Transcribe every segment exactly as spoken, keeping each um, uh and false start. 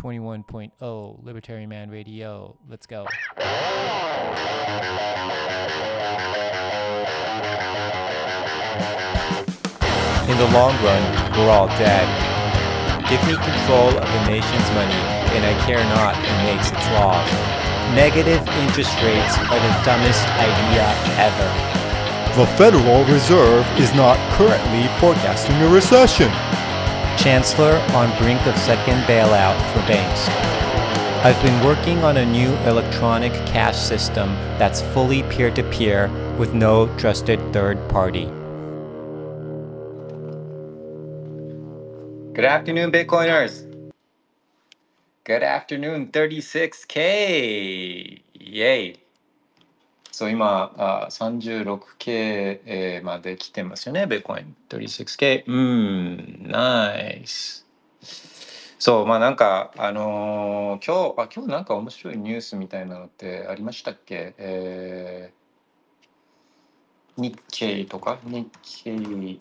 twenty-one point oh Libertarian Man Radio. Let's go. In the long run, we're all dead. Give me control of the nation's money, and I care not who makes its laws. Negative interest rates are the dumbest idea ever. The Federal Reserve is not currently forecasting a recession. Chancellor on brink of second bailout for banks. I've been working on a new electronic cash system that's fully peer-to-peer with no trusted third party. Good afternoon, Bitcoiners. Good afternoon, thirty-six K. Yay. そう、今、あ さんじゅうろくケー、えーまで来てますよね、Bitcoin。thirty-six K。うん、ナイス。そう、まあなんか、あのー今日、あ、今日なんか面白いニュースみたいなのってありましたっけ？えー、日経とか日経。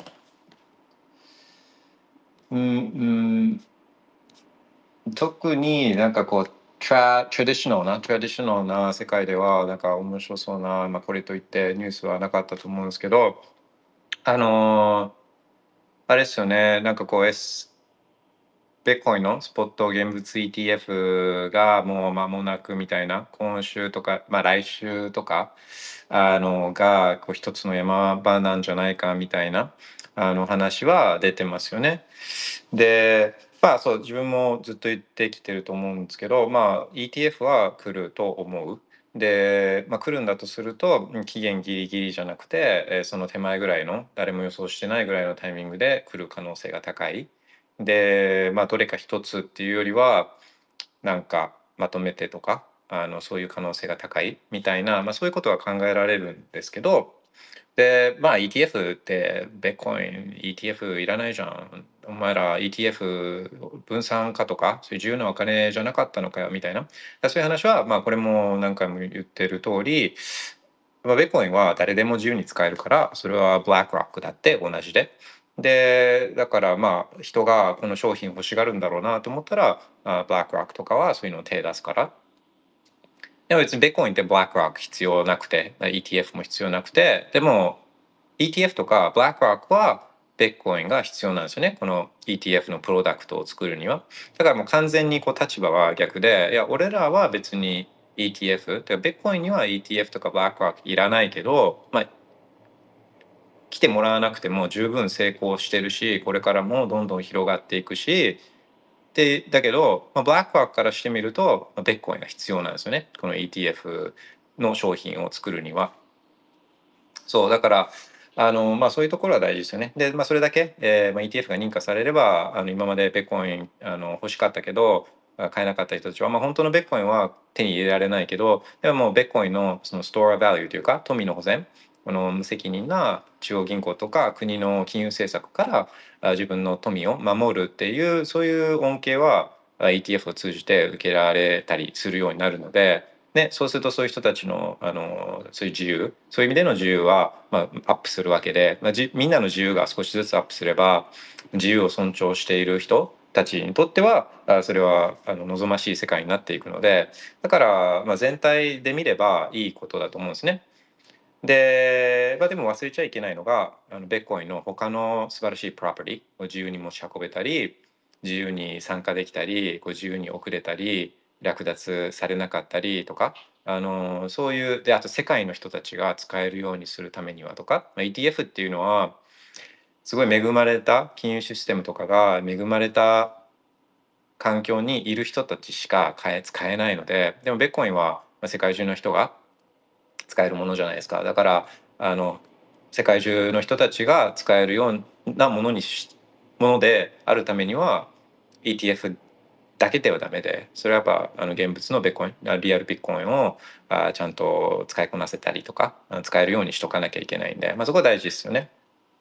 うん、うん特になんかこうトラ、トラディショナルな、トラディショナルな世界ではなんか面白そうな、まあ、これといってニュースはなかったと思うんですけど、あのーあれですよね、なんかこう S、ビットコインのスポット現物 イーティーエフ がもう間もなくみたいな、今週とか、まあ来週とか、あの、がこう一つの山場なんじゃないかみたいな、あの話は出てますよね。で、まあそう、自分もずっと言ってきてると思うんですけど、まあ イーティーエフ は来ると思う。で、まあ、来るんだとすると期限ギリギリじゃなくて、えーその手前ぐらいの誰も予想してないぐらいのタイミングで来る可能性が高い。で、まあ、どれか一つっていうよりはなんかまとめてとかあのそういう可能性が高いみたいな、まあ、そういうことは考えられるんですけど、でまあ イーティーエフ ってベッコイン イーティーエフ いらないじゃん、お前ら イーティーエフ 分散化とかそういう自由なお金じゃなかったのかよみたいな、そういう話はまあこれも何回も言ってる通り、まあ、ベッコインは誰でも自由に使えるからそれはブラックロックだって同じで。でだからまあ人がこの商品欲しがるんだろうなと思ったらあブラックロックとかはそういうのを手出すから。でも別にベッコインってブラックロック必要なくて イーティーエフ も必要なくて、でも イーティーエフ とかブラックロックはベッコインが必要なんですよね、この イーティーエフ のプロダクトを作るには。だからもう完全にこう立場は逆で、いや俺らは別に イーティーエフ でベッコインには イーティーエフ とかブラックロックいらないけど、まあ来てもらわなくても十分成功してるし、これからもどんどん広がっていくし、でだけど、まあ、ブラックロックからしてみると、まあ、ベッコインが必要なんですよね、この イーティーエフ の商品を作るには。そうだからあの、まあ、そういうところは大事ですよね。で、まあ、それだけ、えーまあ、イーティーエフ が認可されればあの今までベッコインあの欲しかったけど買えなかった人たちは、まあ、本当のベッコインは手に入れられないけど、でももうベッコインのそのストアバリューというか富の保全、この無責任な中央銀行とか国の金融政策からあ自分の富を守るっていうそういう恩恵はあ イーティーエフ を通じて受けられたりするようになるので、ね、そうするとそういう人たちの、あのそういう自由、そういう意味での自由は、まあ、アップするわけで、まあ、じみんなの自由が少しずつアップすれば自由を尊重している人たちにとってはあそれはあの望ましい世界になっていくので、だから、まあ、全体で見ればいいことだと思うんですね。で、まあ、でも忘れちゃいけないのがあのベッコインの他の素晴らしいプロパティを自由に持ち運べたり自由に参加できたりこう自由に送れたり略奪されなかったりとか、あのそういうであと世界の人たちが使えるようにするためにはとか、まあ、イーティーエフ っていうのはすごい恵まれた金融システムとかが恵まれた環境にいる人たちしか買え使えないので、でもベッコインはまあ世界中の人が使えるものじゃないですか。だからあの世界中の人たちが使えるようなものにしものであるためには イーティーエフ だけではダメで、それはやっぱあの現物のベッコインリアルビットコインをあちゃんと使いこなせたりとか使えるようにしとかなきゃいけないんで、まあ、そこは大事ですよね。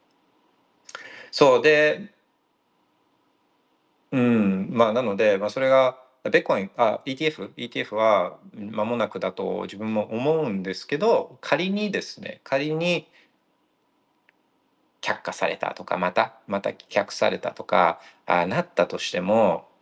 そうでうんまあなので、まあ、それがベッコインあ イーティーエフ イーティーエフ は間もなくだと自分も思うんですけど、仮にですね仮に却下されたとかまたまた棄却されたとかあなったとしても、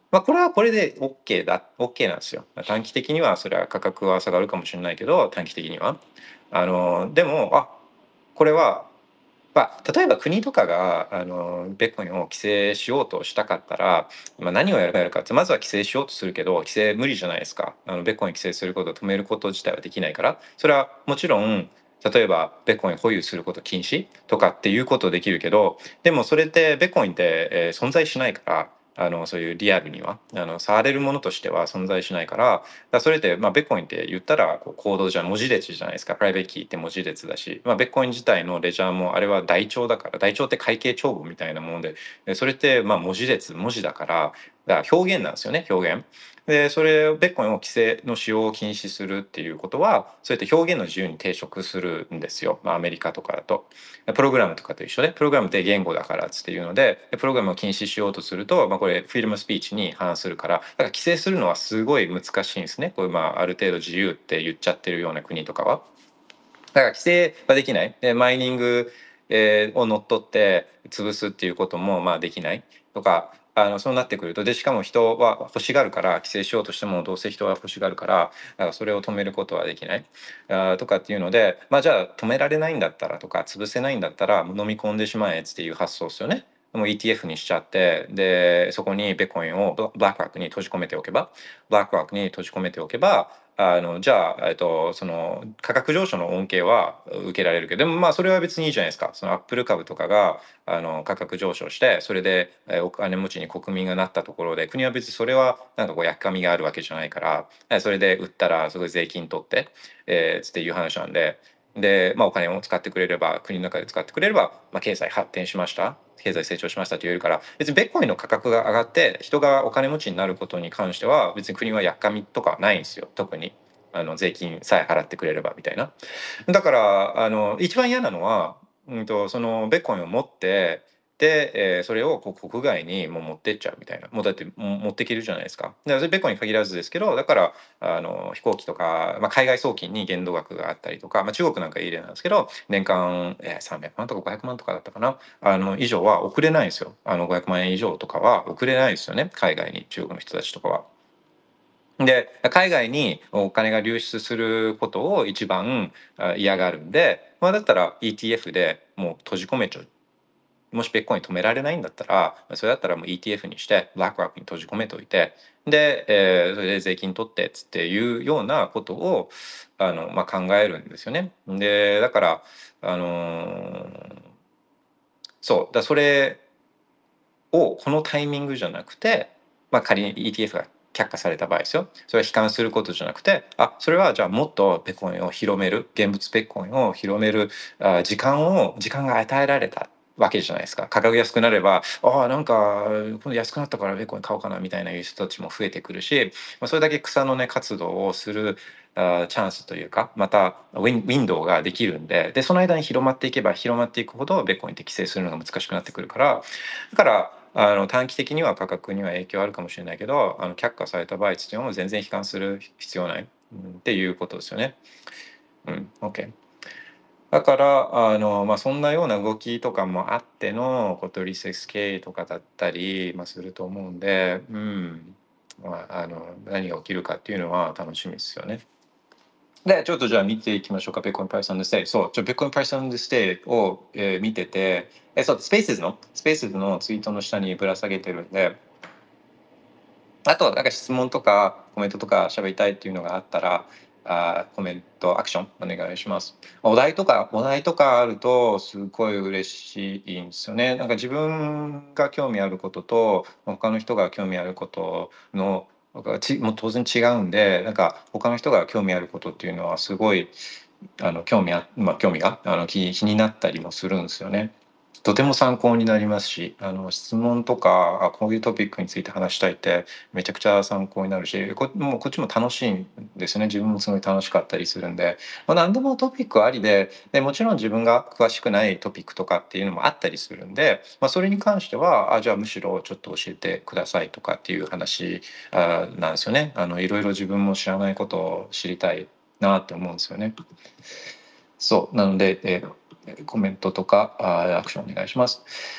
まあ、これはこれで OK だ OK なんですよ。短期的にはそれは価格は下がるかもしれないけど、短期的にはあのでもあこれは、まあ、例えば国とかがあのベッコインを規制しようとしたかったら、まあ、何をやるかやるかってまずは規制しようとするけど規制無理じゃないですか。あのベッコイン規制することを止めること自体はできないから、それはもちろん例えばベッコイン保有すること禁止とかっていうことできるけど、でもそれってベッコインって、えー存在しないから。あのそういうリアルにはあの触れるものとしては存在しないから、だからそれって、まあ、ベッコインって言ったらこうコードじゃ文字列じゃないですか。プライベートキーって文字列だし、まあ、ベッコイン自体のレジャーもあれは台帳だから、台帳って会計帳簿みたいなもので、でそれってまあ文字列文字だから、だから表現なんですよね、表現。でそれベッコインを規制の使用を禁止するっていうことは、そうやって表現の自由に抵触するんですよ、まあ、アメリカとかだと。プログラムとかと一緒で、プログラムって言語だからっつっていうので、プログラムを禁止しようとすると、まあ、これフィルムスピーチに反するから、だから規制するのはすごい難しいんですね。これまあある程度自由って言っちゃってるような国とかは。だから規制はできない。でマイニング、えーを乗っ取って潰すっていうこともまあできないとか、あのそうなってくると、でしかも人は欲しがるから、規制しようとしてもどうせ人は欲しがるから、だからそれを止めることはできないあとかっていうので、まあじゃあ止められないんだったらとか潰せないんだったら飲み込んでしまえっていう発想ですよね。もう イーティーエフ にしちゃって、でそこにベッコインをブラックロックに閉じ込めておけばブラックロックに閉じ込めておけば、あのじゃあ、えっと、その価格上昇の恩恵は受けられるけど、でもまあそれは別にいいじゃないですか。そのアップル株とかがあの価格上昇して、それでえーお金持ちに国民がなったところで、国は別にそれはなんかこうやっかみがあるわけじゃないから、えそれで売ったらすごい税金取って、えー、っていう話なんで。で、まあ、お金を使ってくれれば、国の中で使ってくれれば、まあ、経済発展しました、経済成長しましたと言えるから、別にベッコインの価格が上がって人がお金持ちになることに関しては別に国はやっかみとかないんですよ。特にあの税金さえ払ってくれればみたいな。だからあの一番嫌なのは、うんと、そのベッコインを持ってで、えーそれをこう国外にもう持ってっちゃうみたいな。もうだってもう持っていけるじゃないですか。だからそれベッコインに限らずですけど、だからあの飛行機とか、まあ、海外送金に限度額があったりとか、まあ、中国なんかいい例なんですけど、年間、えーさんびゃくまんとかごひゃくまんとかだったかな、あの以上は送れないんですよ。あのごひゃくまん円以上とかは送れないですよね、海外に、中国の人たちとかは。で海外にお金が流出することを一番あ嫌がるんで、まあ、だったら イーティーエフ でもう閉じ込めちゃう。もしベッコイン止められないんだったら、それだったらもう イーティーエフ にしてブラックロックに閉じ込めておいて、で、えーそれで税金取ってっつっていうようなことをあの、まあ、考えるんですよね。でだからあのーそうだ、それをこのタイミングじゃなくて、まあ、仮に イーティーエフ が却下された場合ですよ。それは悲観することじゃなくて、あ、それはじゃあもっとベッコインを広める、現物ベッコインを広めるあ時間を、時間が与えられたわけじゃないですか。価格安くなれば、ああ、なんか、この安くなったからベッコイン買おうかなみたいないう人たちも増えてくるし、まあ、それだけ草の根活動をするあチャンスというか、またウィン、ウィンドウができるんで、で、その間に広まっていけば広まっていくほどベッコインって規制するのが難しくなってくるから、だからあの短期的には価格には影響あるかもしれないけど、あの却下された場合っていうのも全然悲観する必要ない、うん、っていうことですよね。うん、OK。だからあの、まあ、そんなような動きとかもあってのことリスス経営とかだったり、まあ、すると思うんで、うんまあ、あの何が起きるかっていうのは楽しみですよね。で、ちょっとじゃあ見ていきましょうか。ベッコインプライスオンデステイ。そう、ちょ、ベッコインプライスオンデステイを、えー見てて、え、そう、スペースの、スペースのツイートの下にぶら下げてるんで、あと、なんか質問とかコメントとか喋りたいっていうのがあったら、あー、コメント、アクションお願いします。お題とか、お題とかあるとすごい嬉しいんですよね。なんか自分が興味あることと、他の人が興味あることの、ちもう当然違うんで、なんか他の人が興味あることっていうのはすごいあの興味あ、まあ、興味があの気、気になったりもするんですよね。とても参考になりますし、あの質問とかあこういうトピックについて話したいってめちゃくちゃ参考になるし、こもうこっちも楽しいんですね。自分もすごい楽しかったりするんで、まあ、何でもトピックありで、でもちろん自分が詳しくないトピックとかっていうのもあったりするんで、まあ、それに関してはあじゃあむしろちょっと教えてくださいとかっていう話あなんですよね。あのいろいろ自分も知らないことを知りたいなって思うんですよね。そうなので、えーコメントとかあアクションお願いします。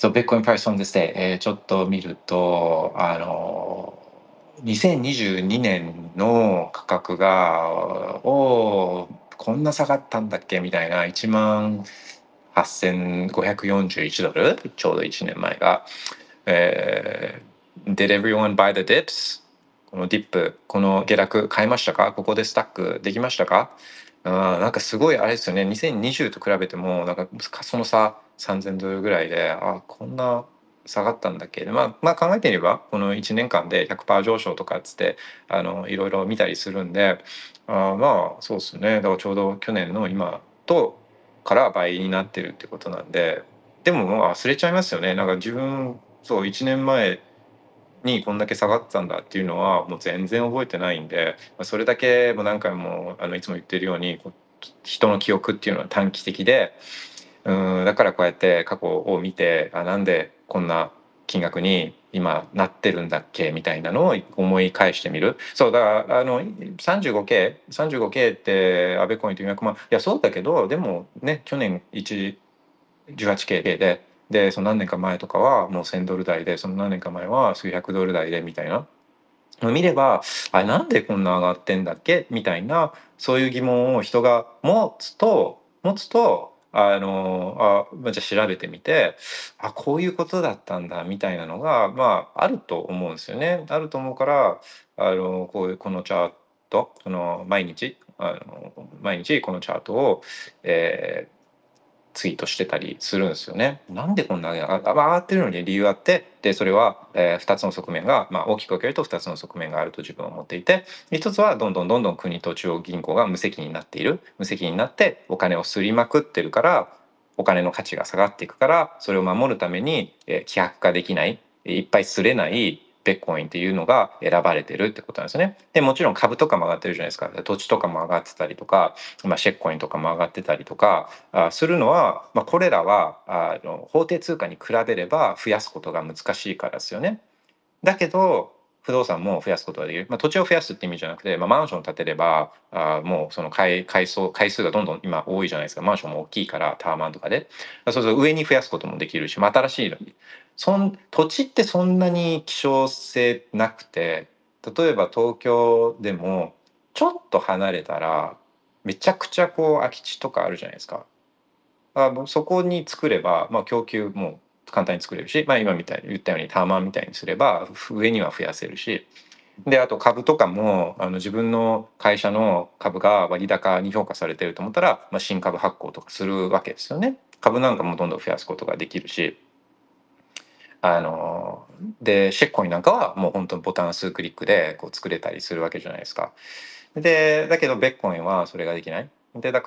そう、ベッコインプライスオンディスデイ、えーちょっと見ると、あの、にせんにじゅうにねんの価格が、おーこんな下がったんだっけみたいな、いちまんはっせんごひゃくよんじゅういちドル、ちょうどいちねんまえが。えー Did everyone buy the dips? このディップ、この下落買いましたか？ここでスタックできましたか？あーなんかすごいあれですよね。にせんにじゅうと比べてもなんかその差さんぜんドルぐらいで、あこんな下がったんだっけ。まあ、まあ考えてみればこのいちねんかんで ひゃくパーセント 上昇とかっつってあのいろいろ見たりするんで、あまあそうですね。だからちょうど去年の今とから倍になってるってことなんで、でももう忘れちゃいますよね。なんか自分そういちねんまえにこんだけ下がってたんだっていうのはもう全然覚えてないんで、まあそれだけもう何回もあのいつも言ってるようにこう人の記憶っていうのは短期的で、うんだからこうやって過去を見て、あなんでこんな金額に今なってるんだっけみたいなのを思い返してみる。そうだからあの さんじゅうごケー、さんじゅうごケー ってアベコインとよんひゃくまん、いやそうだけどでもね去年一 じゅうはちケー ででその何年か前とかはもうせんドル台で、その何年か前は数百ドル台でみたいな見れば、あれなんでこんな上がってんだっけみたいな、そういう疑問を人が持つと持つとあのあ、まあ、じゃあ調べてみて、あこういうことだったんだみたいなのがまああると思うんですよね。あると思うから、あのこういうこのチャート、その毎日あの毎日このチャートを、えーツイートしてたりするんですよね。なんでこんな上が上がってるのに理由あって、でそれは、えー、ふたつの側面が、まあ、大きく分けるとふたつの側面があると自分は思っていて、ひとつはどんどんどんどん国と中央銀行が無責任になっている、無責任になってお金をすりまくってるから、お金の価値が下がっていくから、それを守るために、えー、希薄化できない、いっぱいすれないベッコインっていうのが選ばれてるってことなんですよね。でもちろん株とかも上がってるじゃないですか。土地とかも上がってたりとか、まあ、シェッコインとかも上がってたりとかあするのは、まあ、これらはあの法定通貨に比べれば増やすことが難しいからですよね。だけど不動産も増やすことができる、まあ、土地を増やすって意味じゃなくて、まあ、マンションを建てればあもうその回回数回数がどんどん今多いじゃないですか。マンションも大きいからタワマンとかで、そうすると上に増やすこともできるし、まあ、新しいそん土地ってそんなに希少性なくて、例えば東京でもちょっと離れたらめちゃくちゃこう空き地とかあるじゃないですか。あのそこに作れば、まあ、供給も簡単に作れるし、まあ、今みたいに言ったようにタワマンみたいにすれば上には増やせるし、であと株とかもあの自分の会社の株が割高に評価されてると思ったら、まあ、新株発行とかするわけですよね。株なんかもどんどん増やすことができるし、あのでシェッコインなんかはもう本当にボタン数クリックでこう作れたりするわけじゃないですか。でだけどベッコインはそれができない。でだから、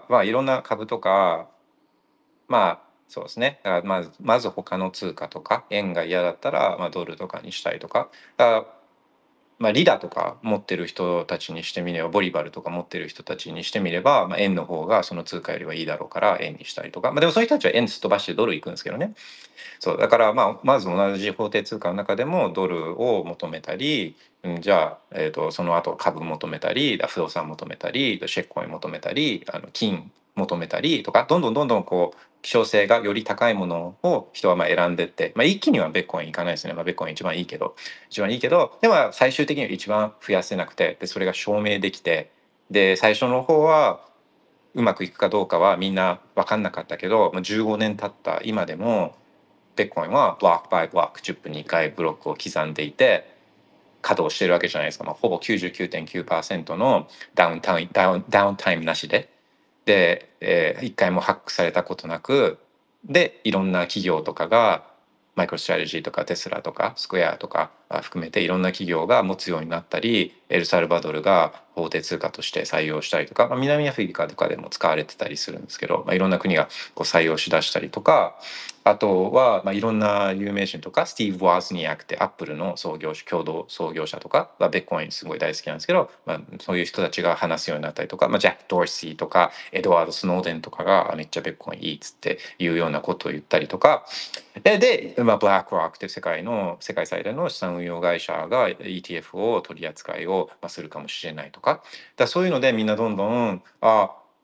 まあ、いろんな株とか、まあそうですね。だからまずまず他の通貨とか円が嫌だったら、まあ、ドルとかにしたりとか。だからまあ、リダとか持ってる人たちにしてみれば、ボリバルとか持ってる人たちにしてみれば、まあ、円の方がその通貨よりはいいだろうから円にしたりとか、まあ、でもそういう人たちは円すっ飛ばしてドル行くんですけどね。そうだからまあまず同じ法定通貨の中でもドルを求めたり、うん、じゃあ、えー、とその後株求めたり不動産求めたりシェッコイン求めたりあの金求めたりとか、どんどんどんどんこう希少性がより高いものを人はまあ選んでって、まあ、一気にはベッコインいかないですね。まあ、ベッコイン一番いいけど一番いいけどでも最終的には一番増やせなくて、でそれが証明できて、で最初の方はうまくいくかどうかはみんな分かんなかったけど、じゅうごねん経った今でもベッコインはブロックバイブロックじゅっぷんにいっかいブロックを刻んでいて稼働してるわけじゃないですか。まあ、ほぼ きゅうじゅうきゅうてんきゅうパーセント のダウンタイムダウンダウンタイムなしでで、えー、いっかいもハックされたことなく、でいろんな企業とかがマイクロストラテジーとかテスラとかスクエアとか含めていろんな企業が持つようになったり、エルサルバドルが法定通貨として採用したりとか、まあ、南アフリカとかでも使われてたりするんですけど、まあ、いろんな国がこう採用しだしたりとか、あとはまあいろんな有名人とかスティーブ・ワーズニアクってアップルの創業者共同創業者とかはベッコインすごい大好きなんですけど、まあ、そういう人たちが話すようになったりとか、まあ、ジャック・ドーシーとかエドワード・スノーデンとかがめっちゃベッコインいいっつっていうようなことを言ったりとかで、で、まあ、ブラックロックっていう世界の世界最大の資産運用会社が イーティーエフ を取り扱いをするかもしれないとか、だそういうのでみんなどんどんあ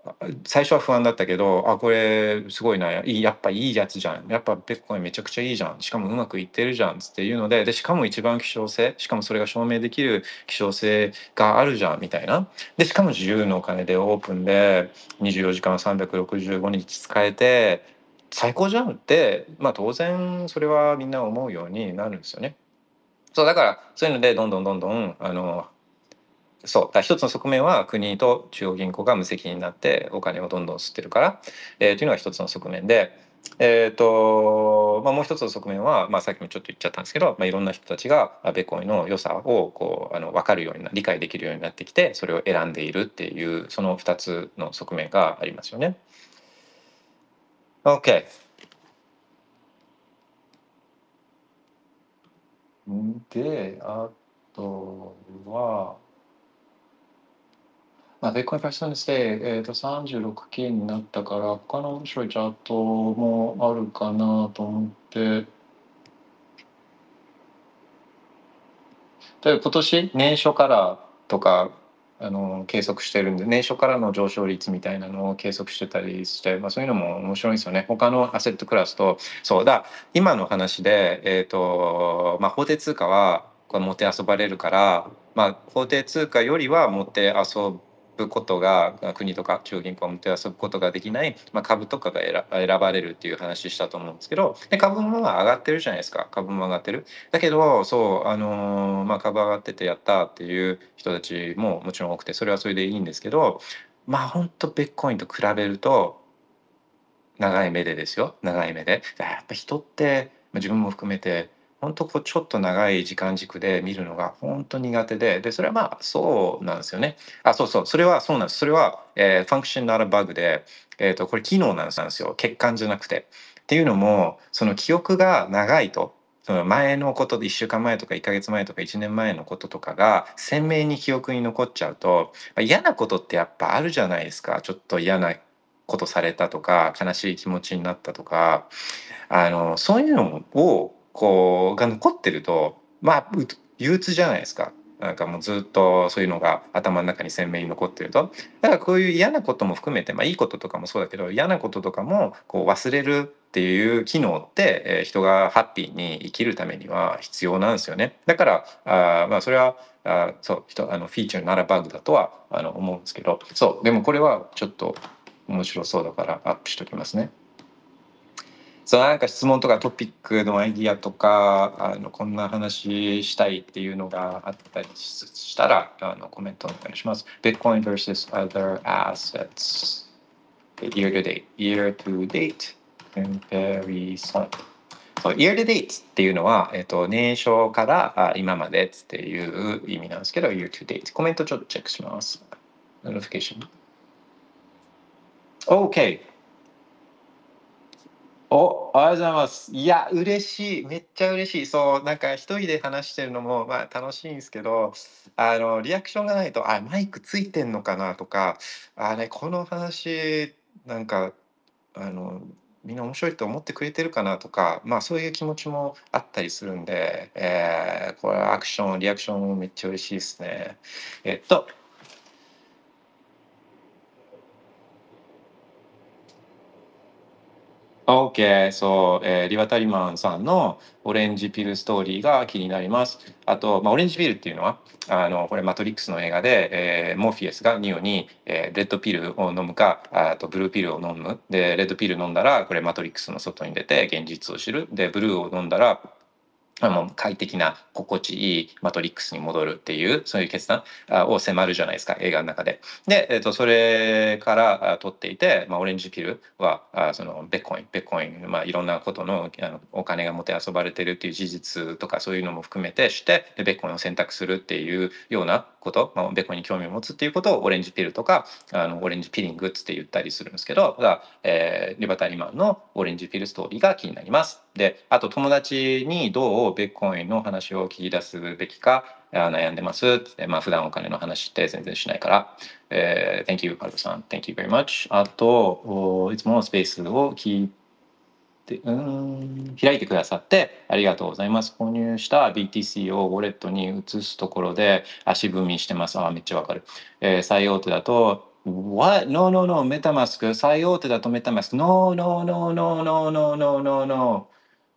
最初は不安だったけど、あ、これすごいな、いい、やっぱいいやつじゃん。やっぱベッコインめちゃくちゃいいじゃん。しかもうまくいってるじゃんっていうので、で、しかも一番希少性、しかもそれが証明できる希少性があるじゃんみたいな。で、しかも自由のお金でオープンでにじゅうよじかんさんびゃくろくじゅうごにち使えて最高じゃんって、まあ当然それはみんな思うようになるんですよね。そうだからそういうのでどんどんどんどんあのそうだ一つの側面は国と中央銀行が無責任になってお金をどんどん吸ってるから、えー、というのが一つの側面で、えーとまあ、もう一つの側面は、まあ、さっきもちょっと言っちゃったんですけど、まあ、いろんな人たちがベッコインの良さをこうあの分かるようにな理解できるようになってきてそれを選んでいるっていうその二つの側面がありますよね。OK。であとは。まあ、ベッコインパーセンテージで、えー、とさんじゅうろくケーになったから他の面白いチャートもあるかなと思って、例えば今年年初からとかあの計測してるんで年初からの上昇率みたいなのを計測してたりして、まあ、そういうのも面白いですよね。他のアセットクラスとそうだ今の話で、えーとまあ、法定通貨はこれもてあそばれるから、まあ、法定通貨よりはもてあそぶことが国とか中央銀行がもてあそぶことができない、まあ、株とかが選ばれるっていう話したと思うんですけどで株も上がってるじゃないですか。株も上がってるだけどそうあのーまあ株上がっててやったっていう人たちももちろん多くてそれはそれでいいんですけどまあ本当ベッコインと比べると長い目でですよ長い目でやっぱ人ってまあ自分も含めて本当こうちょっと長い時間軸で見るのが本当苦手ででそれはまあそうなんですよね。あそうそうそれはそうなんですそれは、えー、ファンクションならバグで、えー、とこれ機能なんですよ欠陥じゃなくて。っていうのもその記憶が長いとその前のことでいっしゅうかんまえとかいっかげつまえとかいちねんまえのこととかが鮮明に記憶に残っちゃうと嫌なことってやっぱあるじゃないですか。ちょっと嫌なことされたとか悲しい気持ちになったとかあのそういうのをこうが残ってるとまあう憂鬱じゃないですか。なんかもうずっとそういうのが頭の中に鮮明に残ってるとだからこういう嫌なことも含めてまあいいこととかもそうだけど嫌なこととかもこう忘れるっていう機能って、えー人がハッピーに生きるためには必要なんですよね。だからあまあそれはあそう人あのフィーチャーならバグだとはあの思うんですけどそうでもこれはちょっと面白そうだからアップしときますね。そうなんか質問とかトピックのアイディアとかあのこんな話したいっていうのがあったりしたらあのコメントお願いします。Bitcoin versus other assets year to date year to date comparison そう year to date っていうのは、えっと、年初からあ今までっていう意味なんですけど year to date コメントちょっとチェックします。Notification OKお、ありがとうございます。いや、嬉しい。めっちゃ嬉しい。そう、なんか一人で話してるのも、まあ楽しいんですけど、あの、リアクションがないと、あ、マイクついてんのかなとか、あね、この話、なんか、あの、みんな面白いと思ってくれてるかなとか、まあそういう気持ちもあったりするんで、えーこれアクション、リアクションめっちゃ嬉しいですね。えっと、OK、そう、えーリバタリマンさんのオレンジピルストーリーが気になります。あと、まあ、オレンジピルっていうのは、あの、これマトリックスの映画で、えーモーフィアスがニオに、えーレッドピルを飲むか、あとブルーピルを飲む。で、レッドピル飲んだら、これマトリックスの外に出て現実を知る。で、ブルーを飲んだら、あの快適な心地いいマトリックスに戻るっていうそういう決断あを迫るじゃないですか映画の中で。で、えっとそれからあ取っていて、まあ、オレンジピルはあそのベッコインベッコイン、まあ、いろんなことのあのお金がもてあそばれてるっていう事実とかそういうのも含めてしてでベッコインを選択するっていうようなこと、まあ、ベッコインに興味を持つっていうことをオレンジピルとかあのオレンジピリングって言ったりするんですけど、がえーリバタリマンのオレンジピルストーリーが気になります。で、あと友達にどうベッコインの話を聞き出すべきかあ悩んでますって、まあ普段お金の話って全然しないから、えー Thank you パルコさん Thank you very much。 あとおいつもスペースを聞いてうーん開いてくださってありがとうございます。購入した ビーティーシー をウォレットに移すところで足踏みしてます。あめっちゃわかる、えー最大手だと What? No, no, no. メタマスク。最大手だとメタマスク。No, no, no, no, no, no, no, no, no.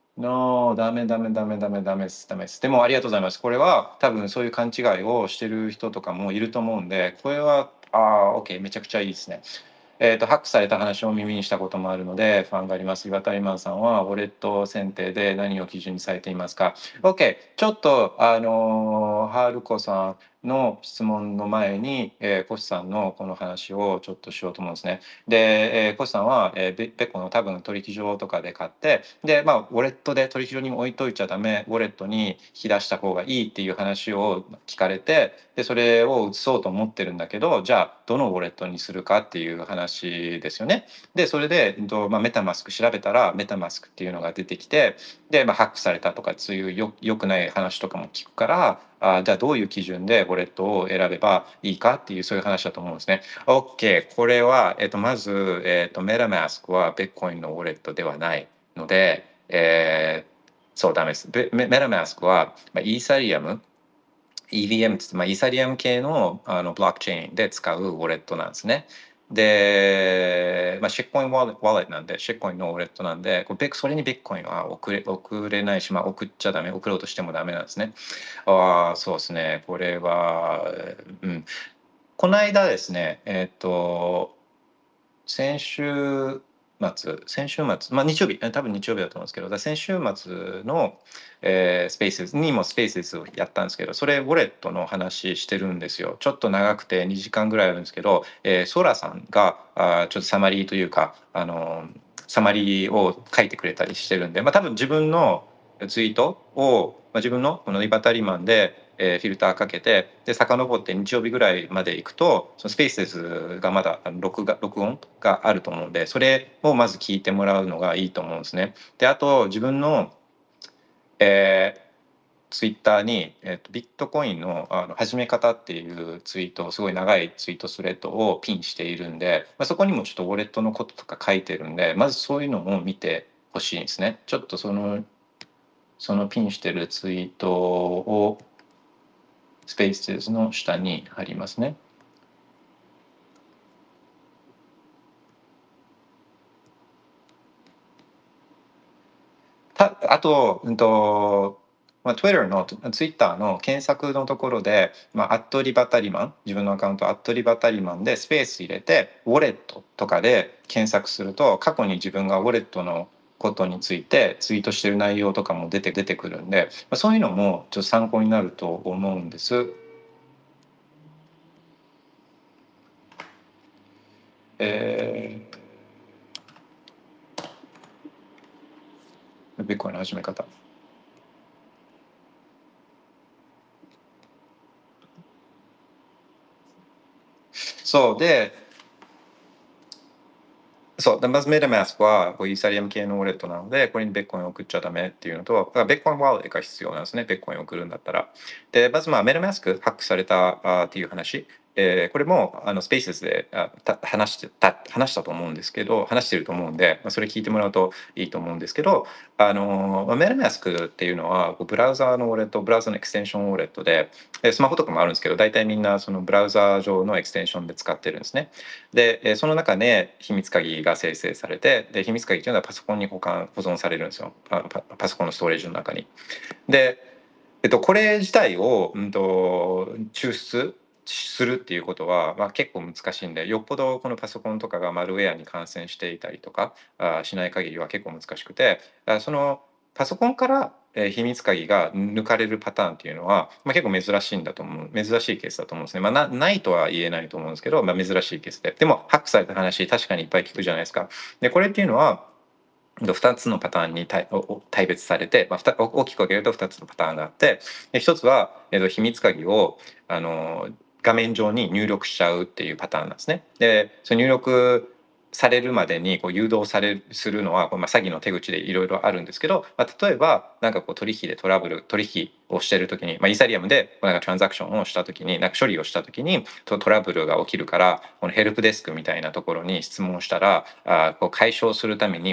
No, ダメダメダメダメダメです。ダメです。でもありがとうございます。これは多分そういう勘違いをしてる人とかもいると思うんで、これは、ああ、OK。めちゃくちゃいいですね。えーと、ハックされた話を耳にしたこともあるので、ファンがあります。岩谷マンさんは、ウォレット選定で何を基準にされていますか？ OK。ちょっと、あのー、ハルコさんの質問の前に、えー、コシさんのこの話をちょっとしようと思うんですね。で、えー、コシさんは、えー、ベベコの多分取引所とかで買って、で、まあ、ウォレットで取引所に置いといちゃダメ、ウォレットに引き出した方がいいっていう話を聞かれて、で、それを移そうと思ってるんだけど、じゃあ、どのウォレットにするかっていう話ですよね。で、それで、まあ、メタマスク調べたら、メタマスクっていうのが出てきて、で、まあ、ハックされたとか、そういうよよくない話とかも聞くから、あじゃあどういう基準でウォレットを選べばいいかっていうそういう話だと思うんですね。OK。これは、えっと、まず、えっと、メタマスクはビットコインのウォレットではないので、えー、そうダメです。メタマスクは、まあ、イーサリアム、イーブイエム って、まあ、イーサリアム系の、あのブロックチェーンで使うウォレットなんですね。で、まあ、シットコインウォレットなんで、シットコインのウォレットなんで、これそれにビットコインは送れ送れないし、まあ、送っちゃダメ、送ろうとしてもダメなんですね。ああ、そうですね。これは、うん。この間ですね、えっと、先週末、先週末、まあ日曜日、多分日曜日だと思うんですけど、先週末の、えースペースにもスペースをやったんですけど、それウォレットの話してるんですよ。ちょっと長くてにじかんぐらいあるんですけど、えー、ソラさんがあちょっとサマリーというか、あのサマリーを書いてくれたりしてるんで、まあ多分自分のツイートを、まあ、自分のこのリバタリマンでえーフィルターかけて、で遡って日曜日ぐらいまで行くと、そのスペースがまだあの録画録音があると思うんで、それをまず聞いてもらうのがいいと思うんですね。で、あと自分の、えーツイッターに、えーと、ビットコインのあの始め方っていうツイート、すごい長いツイートスレッドをピンしているんで、まあ、そこにもちょっとウォレットのこととか書いてるんで、まずそういうのを見てほしいんですね。ちょっとそのそのピンしてるツイートをスペースの下に貼りますね。たあと、うんとまあ、Twitter の Twitter の検索のところで、まあ、アットリバタリマン、自分のアカウントアットリバタリマンでスペース入れて、ウォレットとかで検索すると、過去に自分がウォレットのことについてツイートしてる内容とかも出て出てくるんで、まあ、そういうのもちょっと参考になると思うんです。えー、ビットコインの始め方。そうで、そうでまずメタマスクはこうイーサリアム系のウォレットなので、これにベッコインを送っちゃダメっていうのと、だからベッコインワレットが必要なんですね、ベッコインを送るんだったら。で、まずまあメタマスクハックされたあっていう話、えーこれもあのスペースであた話してた話したと思うんですけど、話してると思うんで、まあ、それ聞いてもらうといいと思うんですけど、あのまあメタマスクっていうのはこうブラウザーのウォレット、ブラウザのエクステンションウォレットで、えスマホとかもあるんですけど、大体みんなそのブラウザー上のエクステンションで使ってるんですね。で、えーその中で秘密鍵が生成されて、で秘密鍵っていうのはパソコンに保管保存されるんですよ。あパパソコンのストレージの中に。で、えっと、これ自体を、うんと、抽出するっていうことは、まあ、結構難しいんで、よっぽどこのパソコンとかがマルウェアに感染していたりとかあしない限りは結構難しくて、あそのパソコンからえー秘密鍵が抜かれるパターンっていうのは、まあ、結構珍しいんだと思う珍しいケースだと思うんですね。まあ、なないとは言えないと思うんですけど、まあ、珍しいケースで。でもハックされた話確かにいっぱい聞くじゃないですか。でこれっていうのはふたつのパターンに対大別されて、まあ、大きく分けるとふたつのパターンがあって、ひとつは、えっと、秘密鍵をあの画面上に入力しちゃうっていうパターンなんですね。でその入力されるまでにこう誘導されするのは、まあ、詐欺の手口でいろいろあるんですけど、まあ、例えばなんかこう取引でトラブル取引をしている時に、まあ、イーサリアムでなんかトランザクションをした時になんか処理をした時にトラブルが起きるから、このヘルプデスクみたいなところに質問したら、あこう解消するためには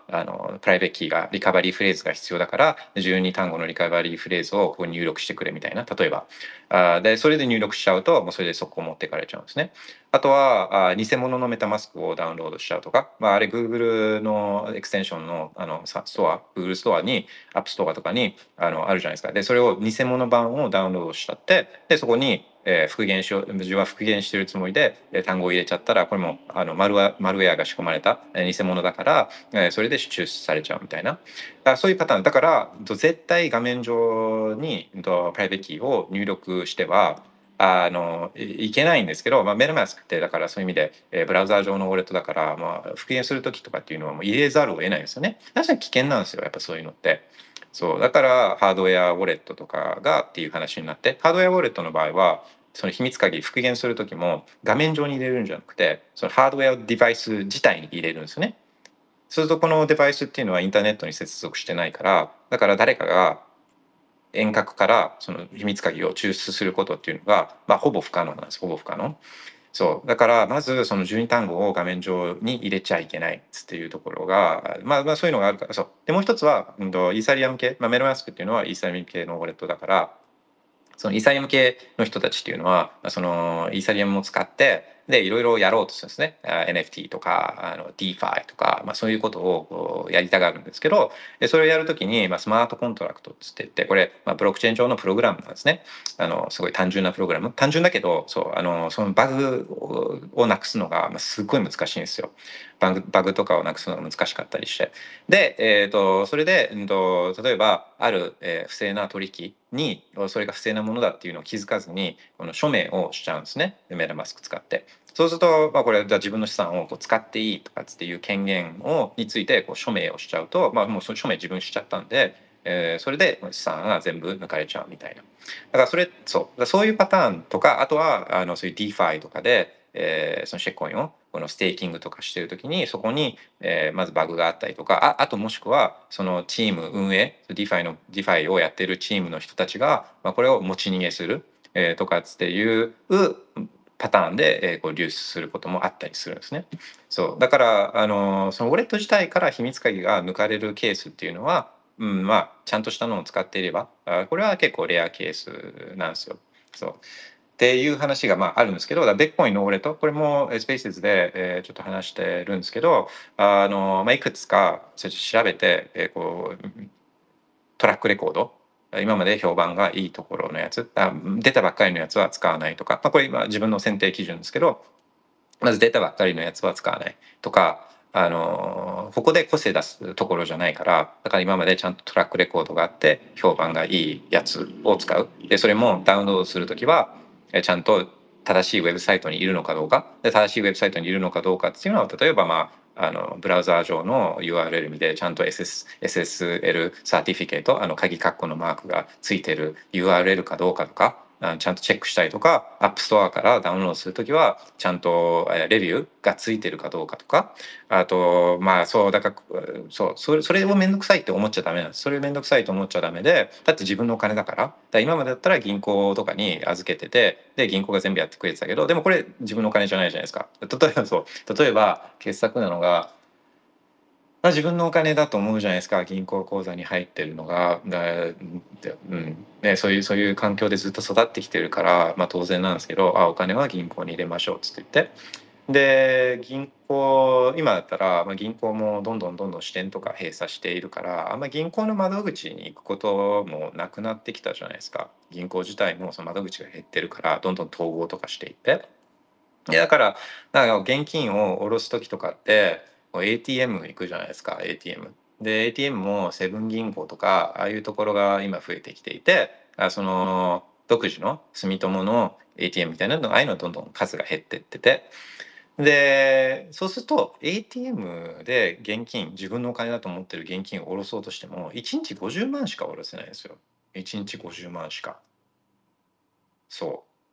あのプライベートキーがリカバリーフレーズが必要だからじゅうに単語のリカバリーフレーズをここに入力してくれみたいな、例えばあでそれで入力しちゃうともうそれで速攻持っていかれちゃうんですね。あとはあ偽物のメタマスクをダウンロードしちゃうとか、まあ、あれ Google のエクステンションのあのストア Google ストアに App ストアとかにあのあるじゃないですか。でそれを偽物版をダウンロードしちゃってでそこにえー、復元しよう自分は復元してるつもりで、えー、単語を入れちゃったらこれもあのマルワマルウェアが仕込まれた、えー、偽物だから、えー、それで抽出されちゃうみたいな、だからそういうパターンだから絶対画面上にプライベートキーを入力してはあのいいけないんですけど、まあ、メタマスクってだからそういう意味で、えー、ブラウザー上のウォレットだから、まあ、復元する時とかっていうのはもう入れざるを得ないんですよね。確かに危険なんですよやっぱそういうのって。そうだからハードウェアウォレットとかがっていう話になって、ハードウェアウォレットの場合はその秘密鍵復元する時も画面上に入れるんじゃなくてそのハードウェアデバイス自体に入れるんですよね。そうするとこのデバイスっていうのはインターネットに接続してないからだから誰かが遠隔からその秘密鍵を抽出することっていうのが、まあ、ほぼ不可能なんです。ほぼ不可能。そうだからまずそのじゅうに単語を画面上に入れちゃいけないっていうところが、まあ、まあそういうのがあるから。そうでもう一つは、うん、とイーサリアム系、まあ、メロマスクっていうのはイーサリアム系のウォレットだからそのイーサリアム系の人たちっていうのはそのイーサリアムを使ってでいろいろやろうとするんですね。エヌエフティー とかあの DeFi とか、まあ、そういうことをやりたがるんですけどそれをやるときに、まあ、スマートコントラクトって言ってこれ、まあ、ブロックチェーン上のプログラムなんですね。あのすごい単純なプログラム単純だけどそうあのそのバグをなくすのが、まあ、すごい難しいんですよ。バグバグとかをなくすのが難しかったりしてで、えー、とそれで、うん、と例えばある、えー、不正な取引にそれが不正なものだっていうのを気づかずにこの署名をしちゃうんですね。メタマスク使って。そうすると、まあ、これじゃあ自分の資産をこう使っていいとかっていう権限をについてこう署名をしちゃうと、まあ、もうその署名自分しちゃったんで、えー、それで資産が全部抜かれちゃうみたいな。だからそれそうそういうパターンとかあとはあのそういう DeFi とかで、えー、そのシェッコインをこのステーキングとかしてる時にそこに、えー、まずバグがあったりとかああともしくはそのチーム運営 DeFi の DeFi をやってるチームの人たちが、まあ、これを持ち逃げする、えー、とかっていうパターンで、えー、こう流出することもあったりするんですね。そうだからあのそのウォレット自体から秘密鍵が抜かれるケースっていうのは、うん、まあちゃんとしたのを使っていればあこれは結構レアケースなんですよ。そうっていう話がまああるんですけど、ベッコインのウォレットこれもスペースで、えー、ちょっと話してるんですけど、あのまあ、いくつか調べて、えー、こうトラックレコード今まで評判がいいところのやつあ出たばっかりのやつは使わないとか、まあ、これ今自分の選定基準ですけどまず出たばっかりのやつは使わないとかあのここで個性出すところじゃないからだから今までちゃんとトラックレコードがあって評判がいいやつを使うでそれもダウンロードするときはちゃんと正しいウェブサイトにいるのかどうかで正しいウェブサイトにいるのかどうかっていうのは例えばまああのブラウザー上の ユーアールエル でちゃんと エスエス エスエスエル サーティフィケートあの鍵括弧のマークがついてる ユーアールエル かどうかとかちゃんとチェックしたりとかアップストアからダウンロードするときはちゃんとレビューがついてるかどうかとかあとまあそうだからそうそれそれを面倒くさいって思っちゃダメなんです。それを面倒くさいと思っちゃダメでだって自分のお金だからだから今までだったら銀行とかに預けててで銀行が全部やってくれてたけどでもこれ自分のお金じゃないじゃないですか。例えばそう例えば傑作なのがまあ、自分のお金だと思うじゃないですか銀行口座に入ってるのが、だうんね、そういうそういう環境でずっと育ってきてるから、まあ、当然なんですけどあお金は銀行に入れましょうっつって言ってで銀行今だったら、まあ、銀行もどんどんどんどん支店とか閉鎖しているからあんま銀行の窓口に行くこともなくなってきたじゃないですか。銀行自体もその窓口が減ってるからどんどん統合とかしていっていやだからだから現金を下ろす時とかってこう エーティーエム 行くじゃないですか エーティーエム。で エーティーエム もセブン銀行とかああいうところが今増えてきていてあその独自の住友の エーティーエム みたいなのああいうのどんどん数が減ってっててでそうすると エーティーエム で現金自分のお金だと思ってる現金を下ろそうとしてもいちにちごじゅうまんしか下ろせないんですよ。いちにちごじゅうまんしか。そう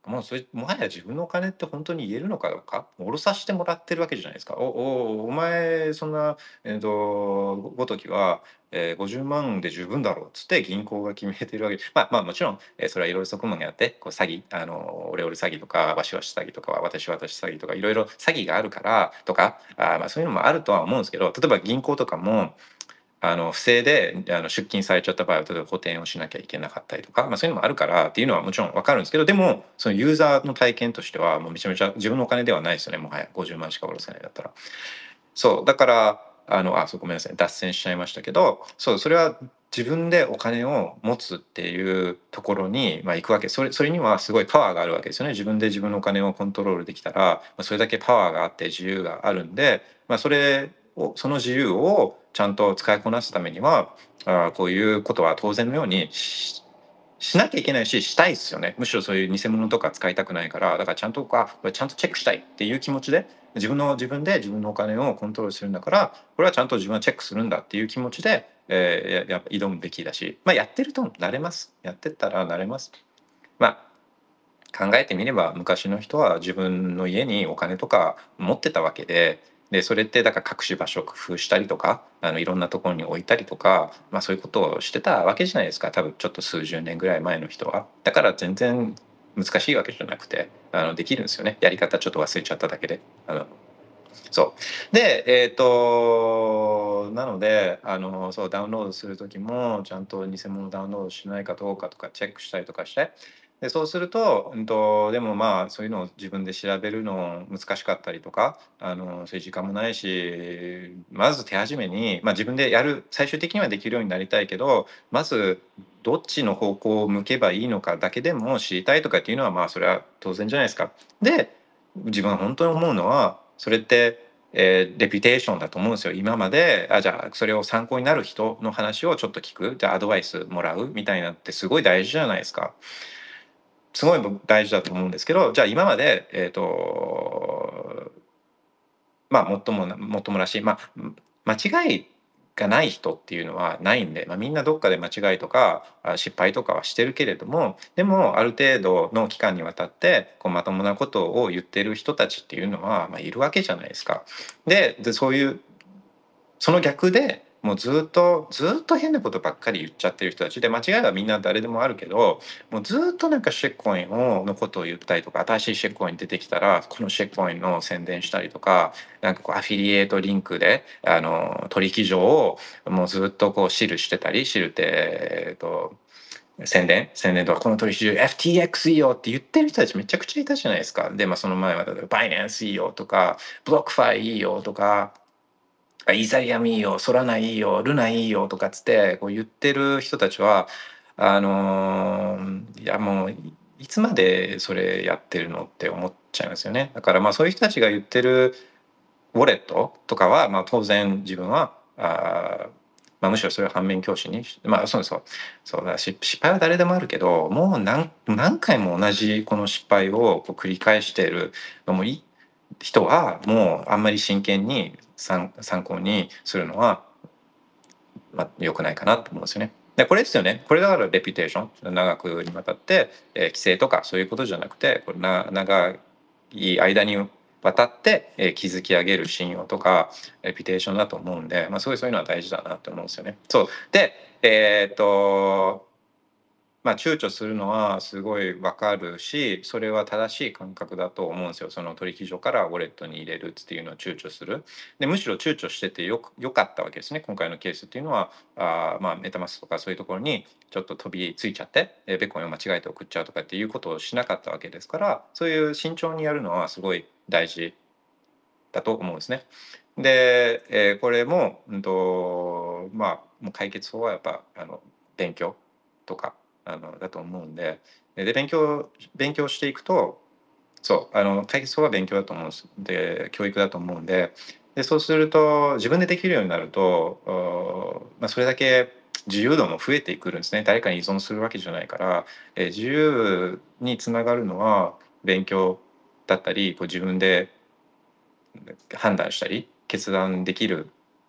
もうそれもはや自分のお金って本当に言えるのかどうか、下ろさせてもらってるわけじゃないですか。おおお前そんな、えー、とごごときは、えーごじゅうまんで十分だろうっつって銀行が決めてるわけ。まあまあもちろん、えーそれはいろいろ側面があって、こう詐欺、あのオレオレ詐欺とかわしわし詐欺とか私私詐欺とかいろいろ詐欺があるからとか、あーまあそういうのもあるとは思うんですけど、例えば銀行とかもあの不正であの出金されちゃった場合は例えば補填をしなきゃいけなかったりとか、まあ、そういうのもあるからっていうのはもちろん分かるんですけど、でもそのユーザーの体験としてはもうめちゃめちゃ自分のお金ではないですよね、もはやごじゅうまんしか下ろせないだったら。そうだからあのあそうごめんなさい脱線しちゃいましたけど、そうそれは自分でお金を持つっていうところに、まあ、行くわけ。それそれにはすごいパワーがあるわけですよね。自分で自分のお金をコントロールできたら、まあ、それだけパワーがあって自由があるんで、まあ、それをその自由をちゃんと使いこなすためにはあこういうことは当然のようにししなきゃいけないし、したいですよね。むしろそういう偽物とか使いたくないから、だからちゃんとあこれちゃんとチェックしたいっていう気持ちで、自分の自分で自分のお金をコントロールするんだから、これはちゃんと自分はチェックするんだっていう気持ちで、えーややっぱ挑むべきだし、まあやってると慣れます。やってったら慣れます。まあ考えてみれば昔の人は自分の家にお金とか持ってたわけで、でそれってだから隠し場所を工夫したりとか、あのいろんなところに置いたりとか、まあ、そういうことをしてたわけじゃないですか、多分ちょっと数十年ぐらい前の人は。だから全然難しいわけじゃなくて、あのできるんですよね。やり方ちょっと忘れちゃっただけで。あのそうでえっ、となのであのそうダウンロードする時もちゃんと偽物ダウンロードしないかどうかとかチェックしたりとかして、でそうすると、うんと、でもまあそういうのを自分で調べるの難しかったりとか、あのそういう時間もないし、まず手始めに、まあ、自分でやる最終的にはできるようになりたいけど、まずどっちの方向を向けばいいのかだけでも知りたいとかっていうのはまあそれは当然じゃないですか。で自分は本当に思うのはそれって、えーレピュテーションだと思うんですよ。今まであじゃあそれを参考になる人の話をちょっと聞く、じゃあアドバイスもらうみたいなってすごい大事じゃないですか。すごい大事だと思うんですけど、じゃあ今までえっ、とまあもっともなもっともらしい、まあ、間違いがない人っていうのはないんで、まあ、みんなどっかで間違いとかあ失敗とかはしてるけれども、でもある程度の期間にわたってこうまともなことを言ってる人たちっていうのは、まあ、いるわけじゃないですか。ででそういうその逆でもうずっとずっと変なことばっかり言っちゃってる人たちで、間違いはみんな誰でもあるけど、もうずっとなんかシェッコインをのことを言ったりとか、新しいシェッコイン出てきたらこのシェッコインの宣伝したりとか、なんかこうアフィリエイトリンクであの取引所をもうずっとこうシルしてたり、シルってえっと宣伝宣伝とか、この取引所 エフティーエックス いいよって言ってる人たちめちゃくちゃいたじゃないですか。でまあその前は例えばバイナンスいいよとか、ブロックファイいいよとか、イーサリアムいいよ、ソラナいいよ、ルナいいよとかっつってこう言ってる人たちは、あのーいやもういいつまでそれやってるのって思っちゃいますよね。だからまあそういう人たちが言ってるウォレットとかは、まあ、当然自分はあ、まあ、むしろそれを反面教師にまあそうそうそうだし、失敗は誰でもあるけど、もう何何回も同じこの失敗をこう繰り返しているのもいい人はもうあんまり真剣に参参考にするのは、まあ、良くないかなと思うんですよね。でこれですよね。これだからレピュテーション長くにわたって、えー規制とかそういうことじゃなくて、これな長い間にわたって、えー築き上げる信用とかレピュテーションだと思うんで、まあ、すごいそういうのは大事だなと思うんですよね。そうでえーっとまあ躊躇するのはすごいわかるし、それは正しい感覚だと思うんですよ。その取引所からウォレットに入れるっていうのは躊躇する。でむしろ躊躇しててよくよかったわけですね。今回のケースっていうのはあーまあメタマスとかそういうところにちょっと飛びついちゃって、えーベッコインを間違えて送っちゃうとかっていうことをしなかったわけですから、そういう慎重にやるのはすごい大事だと思うんですね。で、えーこれも、うんとまあもう解決法はやっぱあの勉強とかあのだと思うんで、で勉強勉強していくと、そうあの解決法は勉強だと思うんです。で教育だと思うんで、でそうすると自分でできるようになると、おまあ、それだけ自由度も増えてくるんですね。誰かに依存するわけじゃないから、えー自由につながるのは勉強だったり、こう自分で判断したり決断できる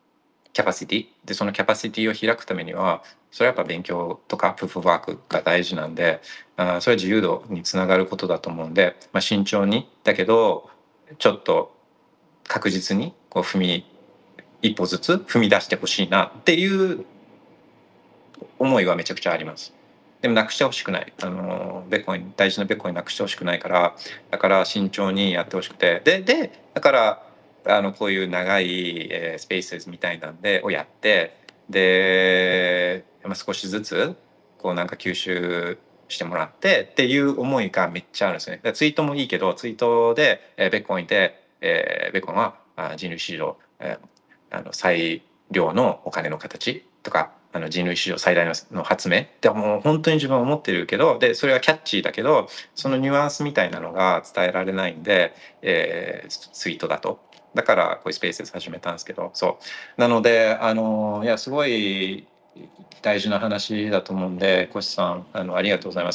キャパシティで、そのキャパシティを開くためにはそれはやっぱ勉強とかプーフワークが大事なんで、あそれは自由度につながることだと思うんで、まあ、慎重にだけどちょっと確実にこう踏み一歩ずつ踏み出してほしいなっていう思いはめちゃくちゃあります。でもなくしてほしくない。あのベッコイン大事なベッコインなくしてほしくないから、だから慎重にやってほしくて、ででだからあのこういう長い、えー、スペースみたいなんでをやって、で、まあ、少しずつこうなんか吸収してもらってっていう思いがめっちゃあるんですね。だからツイートもいいけど、ツイートで、えー、ベッコインで、えー、ベッコインはあ人類史上、えー、あの最良のお金の形とか、あの人類史上最大の発明ってもう本当に自分は思ってるけど、でそれはキャッチーだけどそのニュアンスみたいなのが伝えられないんで、えー、ツイートだと。だからこういうスペース始めたんですけど、そうなのであのいやすごい大事な話だと思うんで、コシさんあのありがとうございます。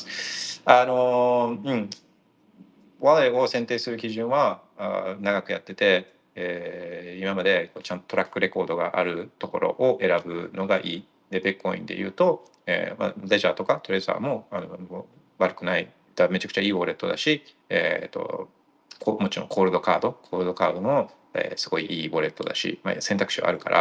あのうんワレを選定する基準はあ長くやってて、えー、今までちゃんとトラックレコードがあるところを選ぶのがいい。でベッコインで言うと、えーまあ、レジャーとかトレザーもあの悪くない、だめちゃくちゃいいウォレットだし、えー、ともちろんコールドカードコールドカードも、えー、すごいいいウォレットだし、まあ、選択肢はあるから、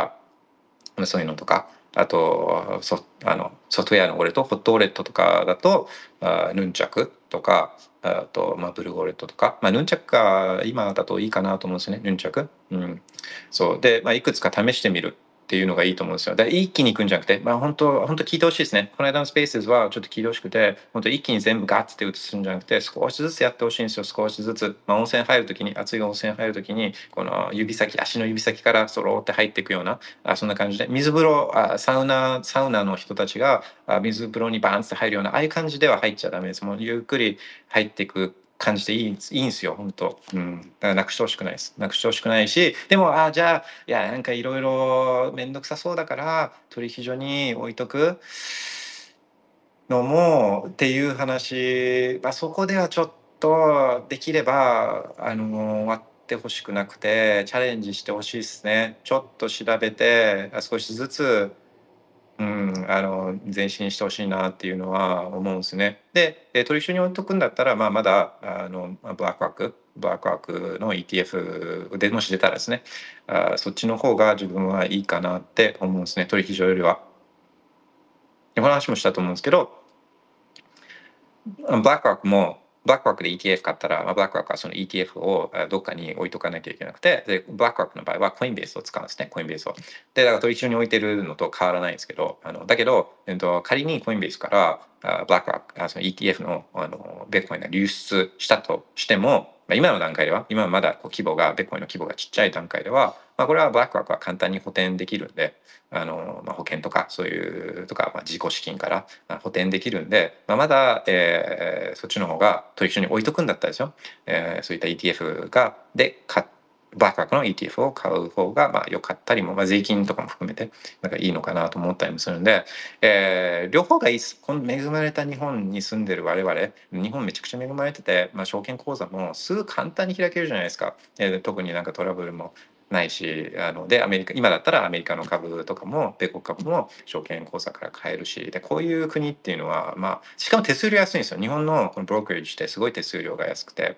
そういうのとか、あとソあのソフトウェアのウォレット、ホットウォレットとかだとあヌンチャクとか、あと、まあ、ブルーウォレットとか、まあ、ヌンチャクが今だといいかなと思うんですよね、ヌンチャク。うん、そうで、まあ、いくつか試してみるっていうのがいいと思うんですよ。だから一気に行くんじゃなくて、まあ、本当本当聞いてほしいですね。この間のスペースはちょっと聞いてほしくて、本当一気に全部ガッて移すんじゃなくて、少しずつやってほしいんですよ。少しずつ、まあ、温泉入るときに、熱い温泉入るときにこの指先足の指先からそろって入っていくような、あそんな感じで水風呂あサウナサウナの人たちがあ水風呂にバーンって入るようなああいう感じでは入っちゃダメです。もうゆっくり入っていく感じでいいいいんですよ本当。うん、だからなくしてほしくないです。なくしてほしくないし、でもあじゃあいやなんかいろいろ面倒くさそうだから取引所に置いとくのもっていう話、まあ、そこではちょっとできればあの終わってほしくなくてチャレンジしてほしいですね。ちょっと調べて少しずつ、うん、あの前進してほしいなっていうのは思うんですね。で、えー取引所に置いとくんだったら、まあ、まだあのまあブラックワークブラックワークの イーティーエフ でもし出たらですね、あそっちの方が自分はいいかなって思うんですね、取引所よりは。でこの話もしたと思うんですけど、ブラックワークもブラックワークで イーティーエフ 買ったら、まあ、ブラックワークはその イーティーエフ をどっかに置いとかなきゃいけなくて、でブラックワークの場合はコインベースを使うんですね、コインベースを。でだから取引所に置いてるのと変わらないんですけど、あのだけど、えっと、仮にコインベースからあブラックワークあその イーティーエフ のあのベッコインが流出したとしても、まあ、今の段階では今はまだこう規模がベッコインの規模がちっちゃい段階では、まあ、これはブラックワークは簡単に補填できるんで、あの、まあ、保険とかそういうとか、まあ、自己資金から補填できるんで、まあ、まだ、えー、そっちの方が取引所に置いとくんだったらですよ、えー、そういった イーティーエフ がで買バックワークの イーティーエフ を買う方がまあ良かったりも、まあ、税金とかも含めてなんかいいのかなと思ったりもするんで、えー、両方がいいです。この恵まれた日本に住んでる我々、日本めちゃくちゃ恵まれてて、まあ、証券口座もすぐ簡単に開けるじゃないですか。えー、特になんかトラブルもないし、あのでアメリカ今だったらアメリカの株とかも米国株も証券口座から買えるし、でこういう国っていうのは、まあ、しかも手数料安いんですよ。日本のこのブローカリッジってすごい手数料が安くて、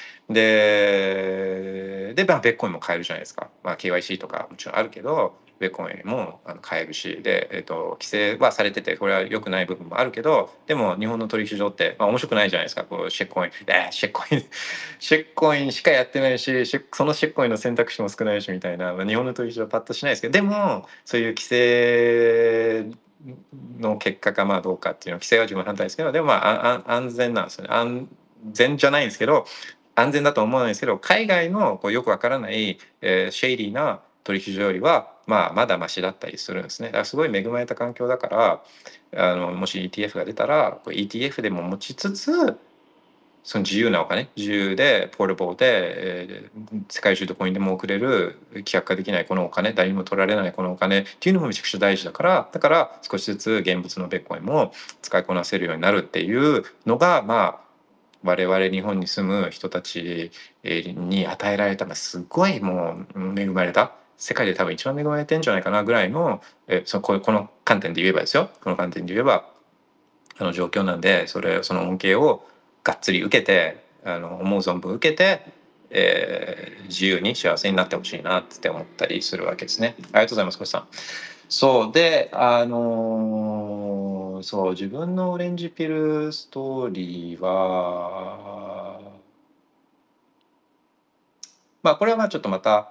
でで、まあ、ベッコインも買えるじゃないですか。まあ、ケーワイシー とかもちろんあるけどベッコインもあの買えるしで、えっと、規制はされててこれは良くない部分もあるけど、でも日本の取引所って、まあ、面白くないじゃないですか。こうシェッコイン、えー、シェッコインシェッコインしかやってないし、シェそのシェッコインの選択肢も少ないしみたいな、まあ、日本の取引所はパッとしないですけど、でもそういう規制の結果かまあどうかっていうのは規制は自分反対ですけど、でもまああ安全なんですよね。安全じゃないんですけど安全だと思わないですけど、海外のこうよくわからない、えー、シェイリーな取引所よりは、まあ、まだマシだったりするんですね。だからすごい恵まれた環境だから、あのもし イーティーエフ が出たらこう イーティーエフ でも持ちつつ、その自由なお金、自由でポールボーで、えー、世界中どこにでも送れる規約化できないこのお金、誰にも取られないこのお金っていうのもめちゃくちゃ大事だから、だから少しずつ現物のベッコインも使いこなせるようになるっていうのが、まあ我々日本に住む人たちに与えられた、まあ、すごいもう恵まれた世界で多分一番恵まれてんじゃないかなぐらいの、えそのここの観点で言えばですよ、この観点で言えばあの状況なんで、それその恩恵をがっつり受けて、あの思う存分受けて、えー自由に幸せになってほしいなって思ったりするわけですね。ありがとうございます、コシさん。そうで、あのーそう自分のオレンジピルストーリーは、まあこれはまあちょっとまた、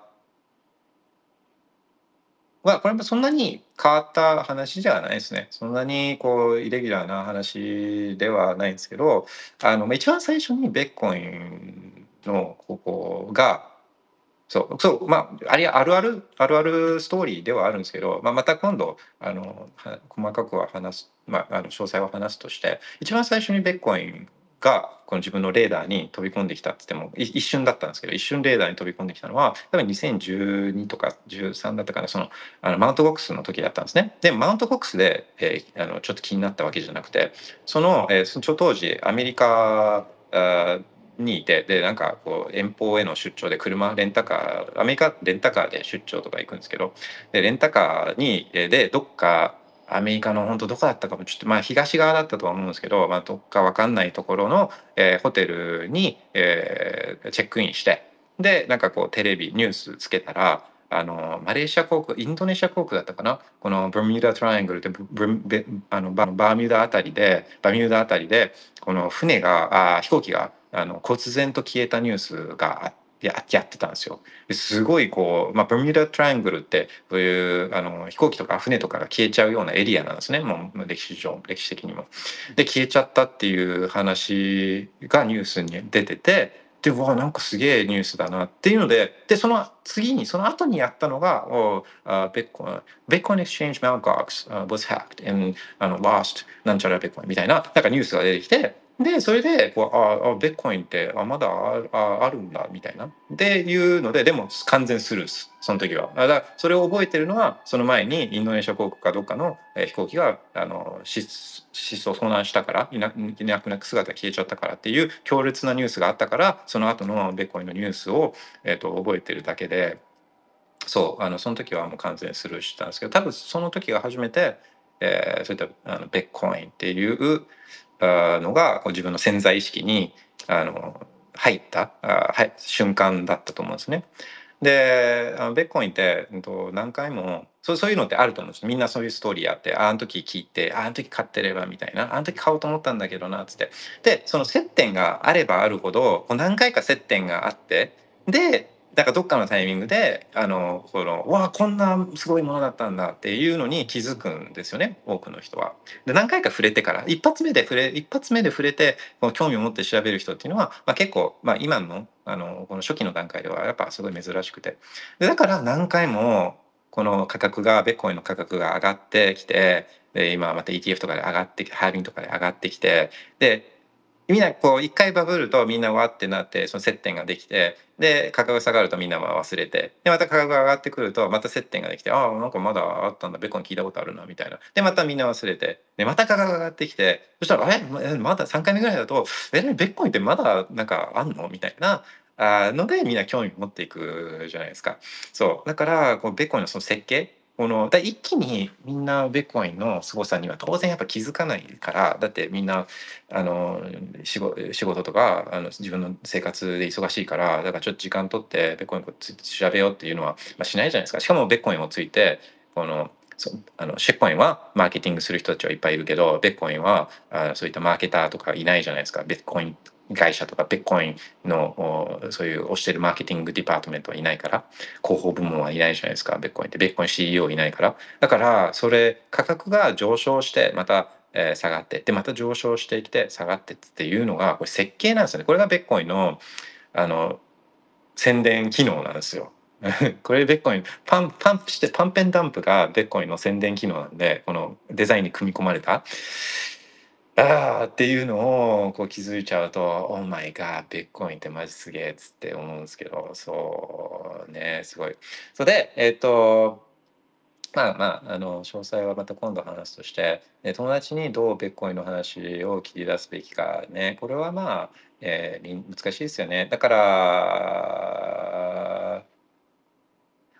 まあこれもそんなに変わった話じゃないですね。そんなにこうイレギュラーな話ではないんですけど、あのまあ一番最初にベッコインのここが、そうそうまああれあるあるあるあるストーリーではあるんですけど、まあ、また今度あのは細かくは話す、まあ、あの詳細は話すとして、一番最初にベッコインがこの自分のレーダーに飛び込んできたって言ってもい一瞬だったんですけど、一瞬レーダーに飛び込んできたのは多分にせんじゅうにとかじゅうさんだったかな、そのあのマウントボックスの時だったんですね。でマウントボックスで、えーあのちょっと気になったわけじゃなくて、その、えーその当時アメリカあにいて、でなんかこう遠方への出張で車レンタカーアメリカレンタカーで出張とか行くんですけど、でレンタカーにえでどっかアメリカの本当どこだったかもちょっとまあ東側だったとは思うんですけど、まあ、どっかわかんないところの、えーホテルに、えーチェックインして、でなんかこうテレビニュースつけたら、あのマレーシア航空インドネシア航空だったかな、このバミューダトライアングルでブブベあのババーミューダあたりでバミューダあたりでこの船があ飛行機があの忽然と消えたニュースがあややってたんですよ。ですごいこう、まあ、バミューダトライアングルってそういうあの飛行機とか船とかが消えちゃうようなエリアなんですね、もう歴史上歴史的にも。で消えちゃったっていう話がニュースに出てて、でうわなんかすげえニュースだなっていうので、でその次にその後にやったのが「おあベッコンベッコンエクスチェンジマウントゴックス was hacked and あの lost なんちゃらベッコン」みたいななんかニュースが出てきて、でそれでこうああベッコインってあまだあああるんだみたいなっていうので、でも完全スルースその時は。だからそれを覚えてるのはその前にインドネシア航空かどっかの、えー飛行機があの失失踪遭難したからいないなくなく姿が消えちゃったからっていう強烈なニュースがあったから、その後のベッコインのニュースを、えー、と覚えてるだけで、そうあのその時はもう完全スルーしたんですけど、多分その時が初めて、えーそういったあのベッコインっていうあのがこう自分の潜在意識にあの入ったあ、はい、瞬間だったと思うんですね。であのベッコインって、うんと、何回もそうそういうのってあると思うんです。みんなそういうストーリーあって、ああの時聞いて、ああの時買ってればみたいな、あの時買おうと思ったんだけどなっつって、でその接点があればあるほどこう何回か接点があって、でだからどっかのタイミングであのこのわあこんなすごいものだったんだっていうのに気づくんですよね、多くの人は。で何回か触れてから一発目で触れ一発目で触れてこの興味を持って調べる人っていうのは、まあ、結構、まあ、今のあのこの初期の段階ではやっぱすごい珍しくて、でだから何回もこの価格がベッコインの価格が上がってきて、で今また イーティーエフ とかで上がってハービンとかで上がってきて、でみんなこう一回バブるとみんなわってなってその接点ができて、で価格が下がるとみんなは忘れて、でまた価格が上がってくるとまた接点ができて、ああなんかまだあったんだベッコイン聞いたことあるなみたいな、でまたみんな忘れて、でまた価格が上がってきて、そしたらえままださんかいめぐらいだとえベッコインってまだなんかあんのみたいなあのでみんな興味持っていくじゃないですか。そうだからこうベッコインのその設計、このだ一気にみんなベッコインの凄さには当然やっぱ気づかないから、だってみんなあの仕事仕事とかあの自分の生活で忙しいから、だからちょっと時間取ってベッコインについて調べようっていうのは、まあ、しないじゃないですか。しかもベッコインをついてこのそあのシェッコインはマーケティングする人たちはいっぱいいるけど、ベッコインはあそういったマーケターとかいないじゃないですか。ベッコイン会社とかベッコインのそういう推してるマーケティングディパートメントはいないから、広報部門はいないじゃないですか。ベッコインってベッコイン シーイーオー いないから、だからそれ価格が上昇してまたえー下がってでまた上昇してきて下がってっていうのがこれ設計なんですよね。これがベッコインのあの宣伝機能なんですよ。これベッコインパンパンプしてパンペンダンプがベッコインの宣伝機能なんで、このデザインに組み込まれたあーっていうのをこう気づいちゃうと「オーマイガーベッコインってマジすげえ」っつって思うんですけど、そうねすごい。それでえっ、とまあまあ、あの詳細はまた今度話すとして、え友達にどうベッコインの話を切り出すべきかね、これはまあ、えーみ難しいですよね。だから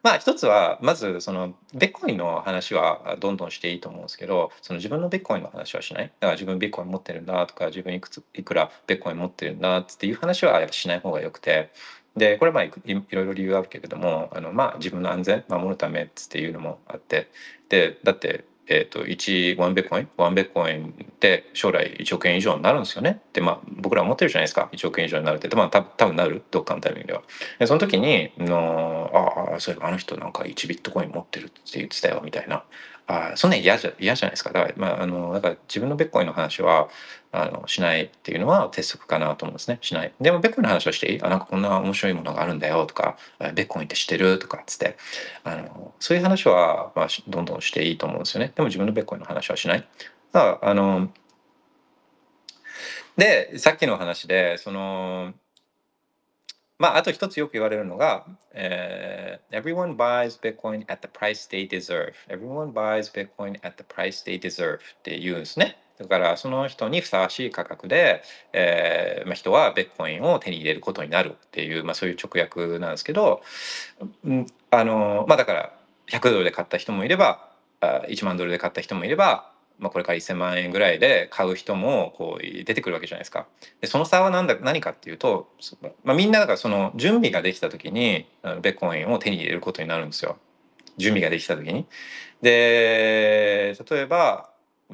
まあ一つはまずそのビットコインの話はどんどんしていいと思うんですけど、その自分のビットコインの話はしない。だから自分ビットコイン持ってるんだとか、自分いくついくらビットコイン持ってるんだっていう話はやっぱしない方がよくて、でこれまあいくいいろいろ理由あるけれども、あのまあ自分の安全守るためっていうのもあって、でだってえー、といちワンビットコインワンビットコインって将来いちおく円以上になるんですよね。でまあ僕らは思ってるじゃないですか、いちおく円以上になるって。まあ多分多分なる、どっかのタイミングでは。でその時にのああそういえばあの人なんかいちビットコイン持ってるって言ってたよみたいな、あそんな嫌じゃ嫌じゃないですか。だから、まあ、あのだから自分のビットコインの話はあのしないっていうのは鉄則かなと思うんですね。しない。でもビットコインの話をしていい、あなんかこんな面白いものがあるんだよとか、ビットコインって知ってるとかっつってあのそういう話は、まあ、しどんどんしていいと思うんですよね。でも自分のビットコインの話はしない。だからあのでさっきの話でそのまああと一つよく言われるのが、えー Everyone buys Bitcoin at the price they deserve. Everyone buys Bitcoin at the price they deserve って言うんですね。だからその人にふさわしい価格で、えーまあ、人はビットコインを手に入れることになるっていう、まあ、そういう直訳なんですけど、うんあのまあだからひゃくドルで買った人もいればあいちまんドルで買った人もいれば、まあ、これからせんまん円ぐらいで買う人もこう出てくるわけじゃないですか。でその差は何だ何かっていうと、まあ、みんなだからその準備ができた時にあのビットコインを手に入れることになるんですよ。準備ができた時に。で例えば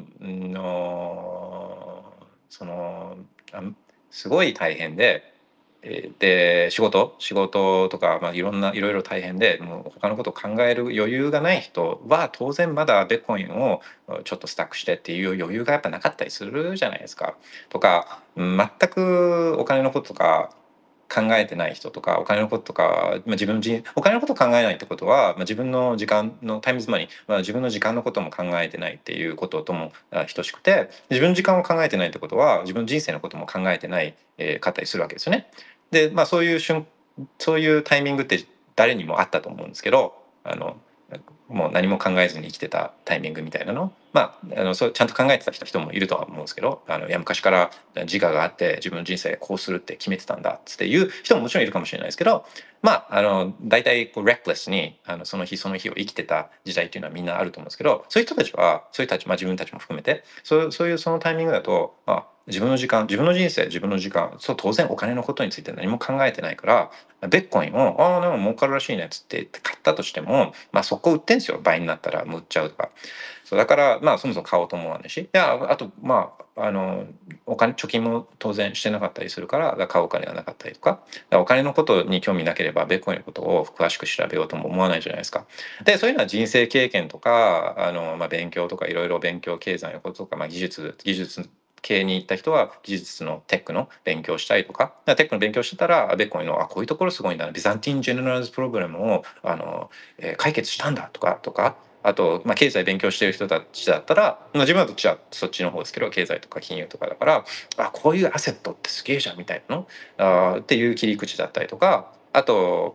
のそのあすごい大変で。えーで仕事仕事とか、まあ、いろんないろいろ大変でもう他のことを考える余裕がない人は当然まだビットコインをちょっとスタックしてっていう余裕がやっぱなかったりするじゃないですか。とか全くお金のこととか考えてない人とかお金のこととか、まあ、自分の人お金のことを考えないってことは、まあ、自分の時間のタイムズマニー、まあ、自分の時間のことも考えてないっていうことともあ等しくて、自分の時間を考えてないってことは自分の人生のことも考えてない、えー、かったりするわけですよね。でまあそういう瞬そういうタイミングって誰にもあったと思うんですけど、あのもう何も考えずに生きてたタイミングみたいなの、まあ、あのそうちゃんと考えてた人もいるとは思うんですけど、あのいや昔から自我があって自分の人生こうするって決めてたんだっていう人ももちろんいるかもしれないですけど、まああの大体こうレックレスにあのその日その日を生きてた時代っていうのはみんなあると思うんですけど、そういう人たちはそういう人たち、まあ、自分たちも含めてそうそういうそのタイミングだと、まあ、自分の時間自分の人生自分の時間そう当然お金のことについて何も考えてないからビットコインをああなんか儲かるらしいねっつって買ったとしても、まあ、そこ売ってんですよ。倍になったら売っちゃうとか。そうだからまあそもそも買おうと思わないし、いやあとまああのお金貯金も当然してなかったりするから、買うお金がなかったりとか、だからお金のことに興味なければビットコインのことを詳しく調べようとも思わないじゃないですか。でそういうのは人生経験とかあの、まあ、勉強とかいろいろ勉強経済のこととか、まあ、技術技術系に行った人は技術のテックの勉強したりとか、テックの勉強してたらビットコインのあこういうところすごいんだな、ビザンティン・ジェネラルズ・プログラムをあの、えー解決したんだとかとか、あと、まあ、経済勉強してる人たちだったら、まあ、自分はどっちはそっちの方ですけど経済とか金融とかだからあこういうアセットってすげえじゃんみたいなのあっていう切り口だったりとか、あと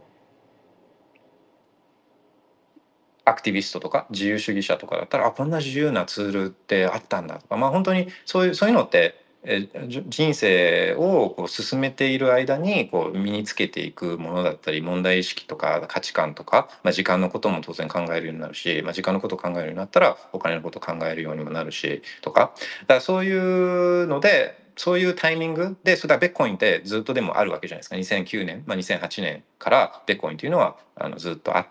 アクティビストとか自由主義者とかだったらあこんな自由なツールってあったんだとか、まあ本当にそういうそういうのってえじ人生をこう進めている間にこう身につけていくものだったり問題意識とか価値観とか、まあ、時間のことも当然考えるようになるし、まあ、時間のことを考えるようになったらお金のことを考えるようにもなるしとか、だからそういうのでそういうタイミングでそれからビットコインってずっとでもあるわけじゃないですか。にせんきゅうねん、まあ、にせんはちねんからビットコインというのはあのずっとあって。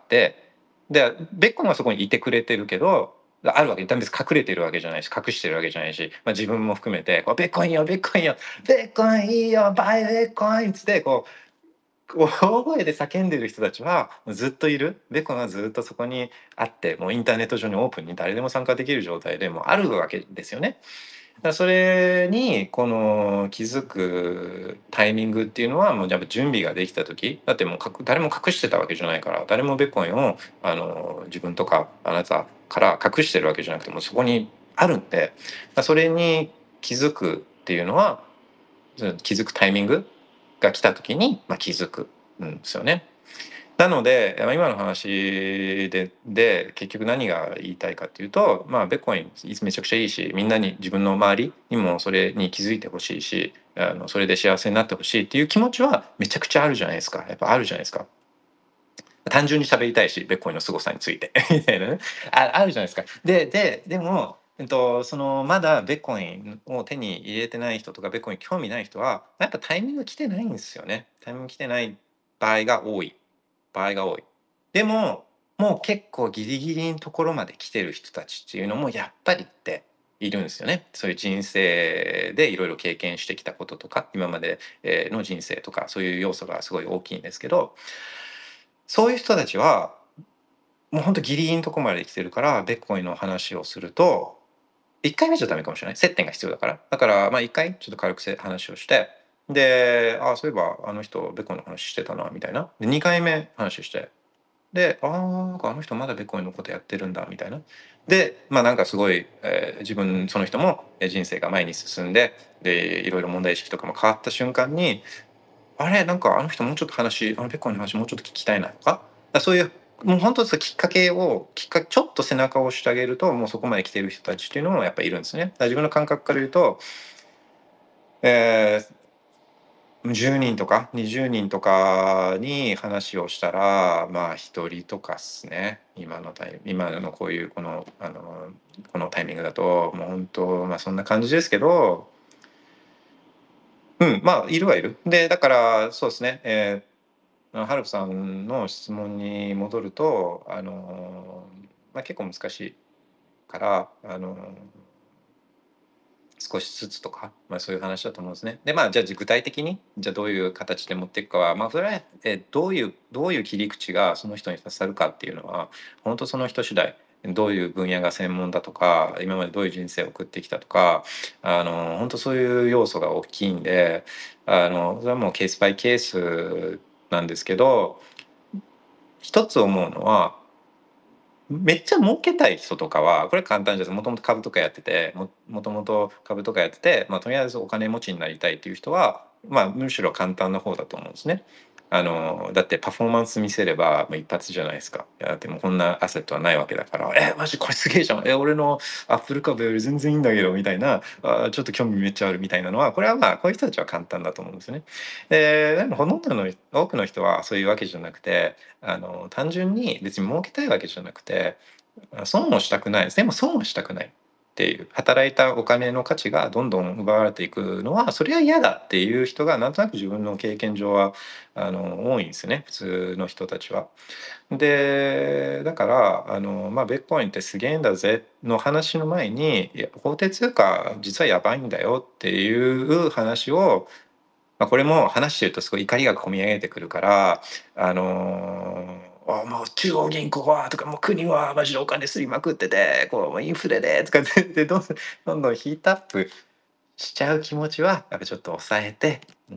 でベッコンはそこにいてくれてるけどあるわけ別に隠れてるわけじゃないし隠してるわけじゃないし、まあ、自分も含めてこうベッコンいいよベッコンいいよベッコンいいよバイベッコンっつってこう大声で叫んでる人たちはずっといる。ベッコンはずっとそこにあってもうインターネット上にオープンに誰でも参加できる状態でもうあるわけですよね。だからそれにこの気づくタイミングっていうのはもうやっぱ準備ができた時だってもう誰も隠してたわけじゃないから誰もビットコインをあの自分とかあなたから隠してるわけじゃなくてもそこにあるんで、それに気づくっていうのは気づくタイミングが来た時に、まあ、気づくんですよね。なので今の話でで結局何が言いたいかっていうと、まあ、ビットコインめちゃくちゃいいしみんなに自分の周りにもそれに気づいてほしいしあのそれで幸せになってほしいっていう気持ちはめちゃくちゃあるじゃないですか。やっぱあるじゃないですか。 単純に喋りたいし、ベッコインの凄さについてみたいなね、ああるじゃないですか。でででも、えっと、そのまだベッコインを手に入れてない人とか、ベッコインに興味ない人は、やっぱタイミング来てないんですよね。タイミング来てない場合が多い。場合が多い。でも、もう結構ギリギリのところまで来てる人たちっていうのもやっぱりっているんですよね。そういう人生でいろいろ経験してきたこととか、今までえーの人生とか、そういう要素がすごい大きいんですけど、そういう人たちはもうほんとギリギリのとこまで来てるから、ベッコインの話をすると、いっかいめじゃダメかもしれない。接点が必要だから。だから、ま、いっかいちょっと軽くせ話をして、で、あ、そういえばあの人ベッコインの話してたなみたいな。で、にかいめ話して、で、ああ、なんかあの人まだベッコインのことやってるんだみたいな。で、ま、なんかすごい、えー自分その人も、え、人生が前に進んで、で、いろいろ問題意識とかも変わった瞬間に、あれ、なんかあの人もうちょっと話、あのベッコインの話もうちょっと聞きたいなとか、だそういう、もう本当そうきっかけを、きっかけちょっと背中を押してあげると、もうそこまで来てる人たちっていうのもやっぱいるんですね。だから自分の感覚から言うと、えー、じゅうにんとかにじゅうにんとかに話をしたら、まあひとりとかっすね。今のタイ今のこういうこの、あの、このタイミングだと、もう本当、まあそんな感じですけど、うん、まあいるはいる。で、だからそうですね、えーあハルフさんの質問に戻ると、あの、まあ、結構難しいから、あの、少しずつとか、まあ、そういう話だと思うんですね。で、まあ、じゃあ具体的に、じゃあどういう形で持っていくかは、まあ、それは、えどういう、どういう切り口がその人に刺さるかっていうのは、本当その人次第。どういう分野が専門だとか、今までどういう人生を送ってきたとか、あの、本当そういう要素が大きいんで、あの、それはもうケースバイケースなんですけど、一つ思うのは、めっちゃ儲けたい人とかは、これ簡単じゃないです。もともと株とかやってて、ももともと株とかやってて、まあ、とりあえずお金持ちになりたいっていう人は、まあ、むしろ簡単な方だと思うんですね。あの、だってパフォーマンス見せれば、まあ、一発じゃないですか。いや、でもこんなアセットはないわけだから、え、マジこれすげえじゃん。え、俺のアップル株より全然いいんだけど、みたいな、あ、ちょっと興味めっちゃあるみたいなのは、これはまあ、こういう人たちは簡単だと思うんですよね。で、でもほとんどの多くの人はそういうわけじゃなくて、あの、単純に別に儲けたいわけじゃなくて、損をしたくないです。でも損をしたくないっていう、働いたお金の価値がどんどん奪われていくのは、それは嫌だっていう人がなんとなく自分の経験上はあの多いんですよね、普通の人たちは。で、だからあの、まあ、ベッコインってすげえんだぜの話の前に、いや法定通貨実はやばいんだよっていう話を、まあ、これも話してるとすごい怒りがこみ上げてくるから、あのあもう中央銀行はとかもう国はマジでお金すりまくっててこうインフレでとかでどんどんどんどんヒートアップしちゃう気持ちはやっぱちょっと抑えて、うん、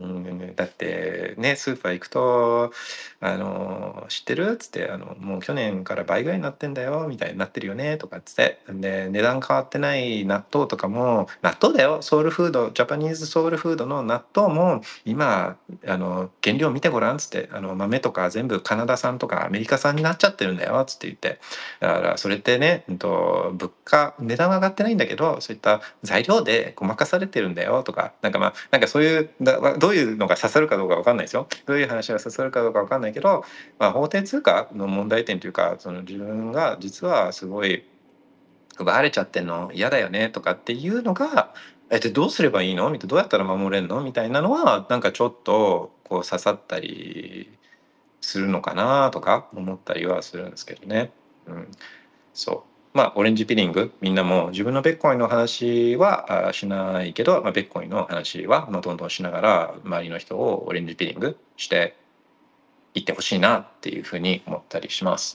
だってねスーパー行くと「あの知ってる?」っつってあの「もう去年から倍ぐらいになってんだよ」みたいになってるよねとかっつってで値段変わってない納豆とかも納豆だよソウルフードジャパニーズソウルフードの納豆も今あの原料見てごらんっつってあの豆とか全部カナダ産とかアメリカ産になっちゃってるんだよっつって言ってだからそれってね、うんと、物価値段は上がってないんだけどそういった材料でごまかされてるんだよとかなんかまあなんかそういうだどういうのが刺さるかどうかわかんないですよどういう話が刺さるかどうかわかんないけど、まあ、法定通貨の問題点というかその自分が実はすごい奪われちゃってんの嫌だよねとかっていうのがえでどうすればいいのみたいなどうやったら守れるのみたいなのはなんかちょっとこう刺さったりするのかなとか思ったりはするんですけどね。うん、そうまあオレンジピリングみんなも自分のベッコインの話はあしないけど、まあ、ベッコインの話は、まあ、どんどんしながら周りの人をオレンジピリングしていってほしいなっていうふうに思ったりします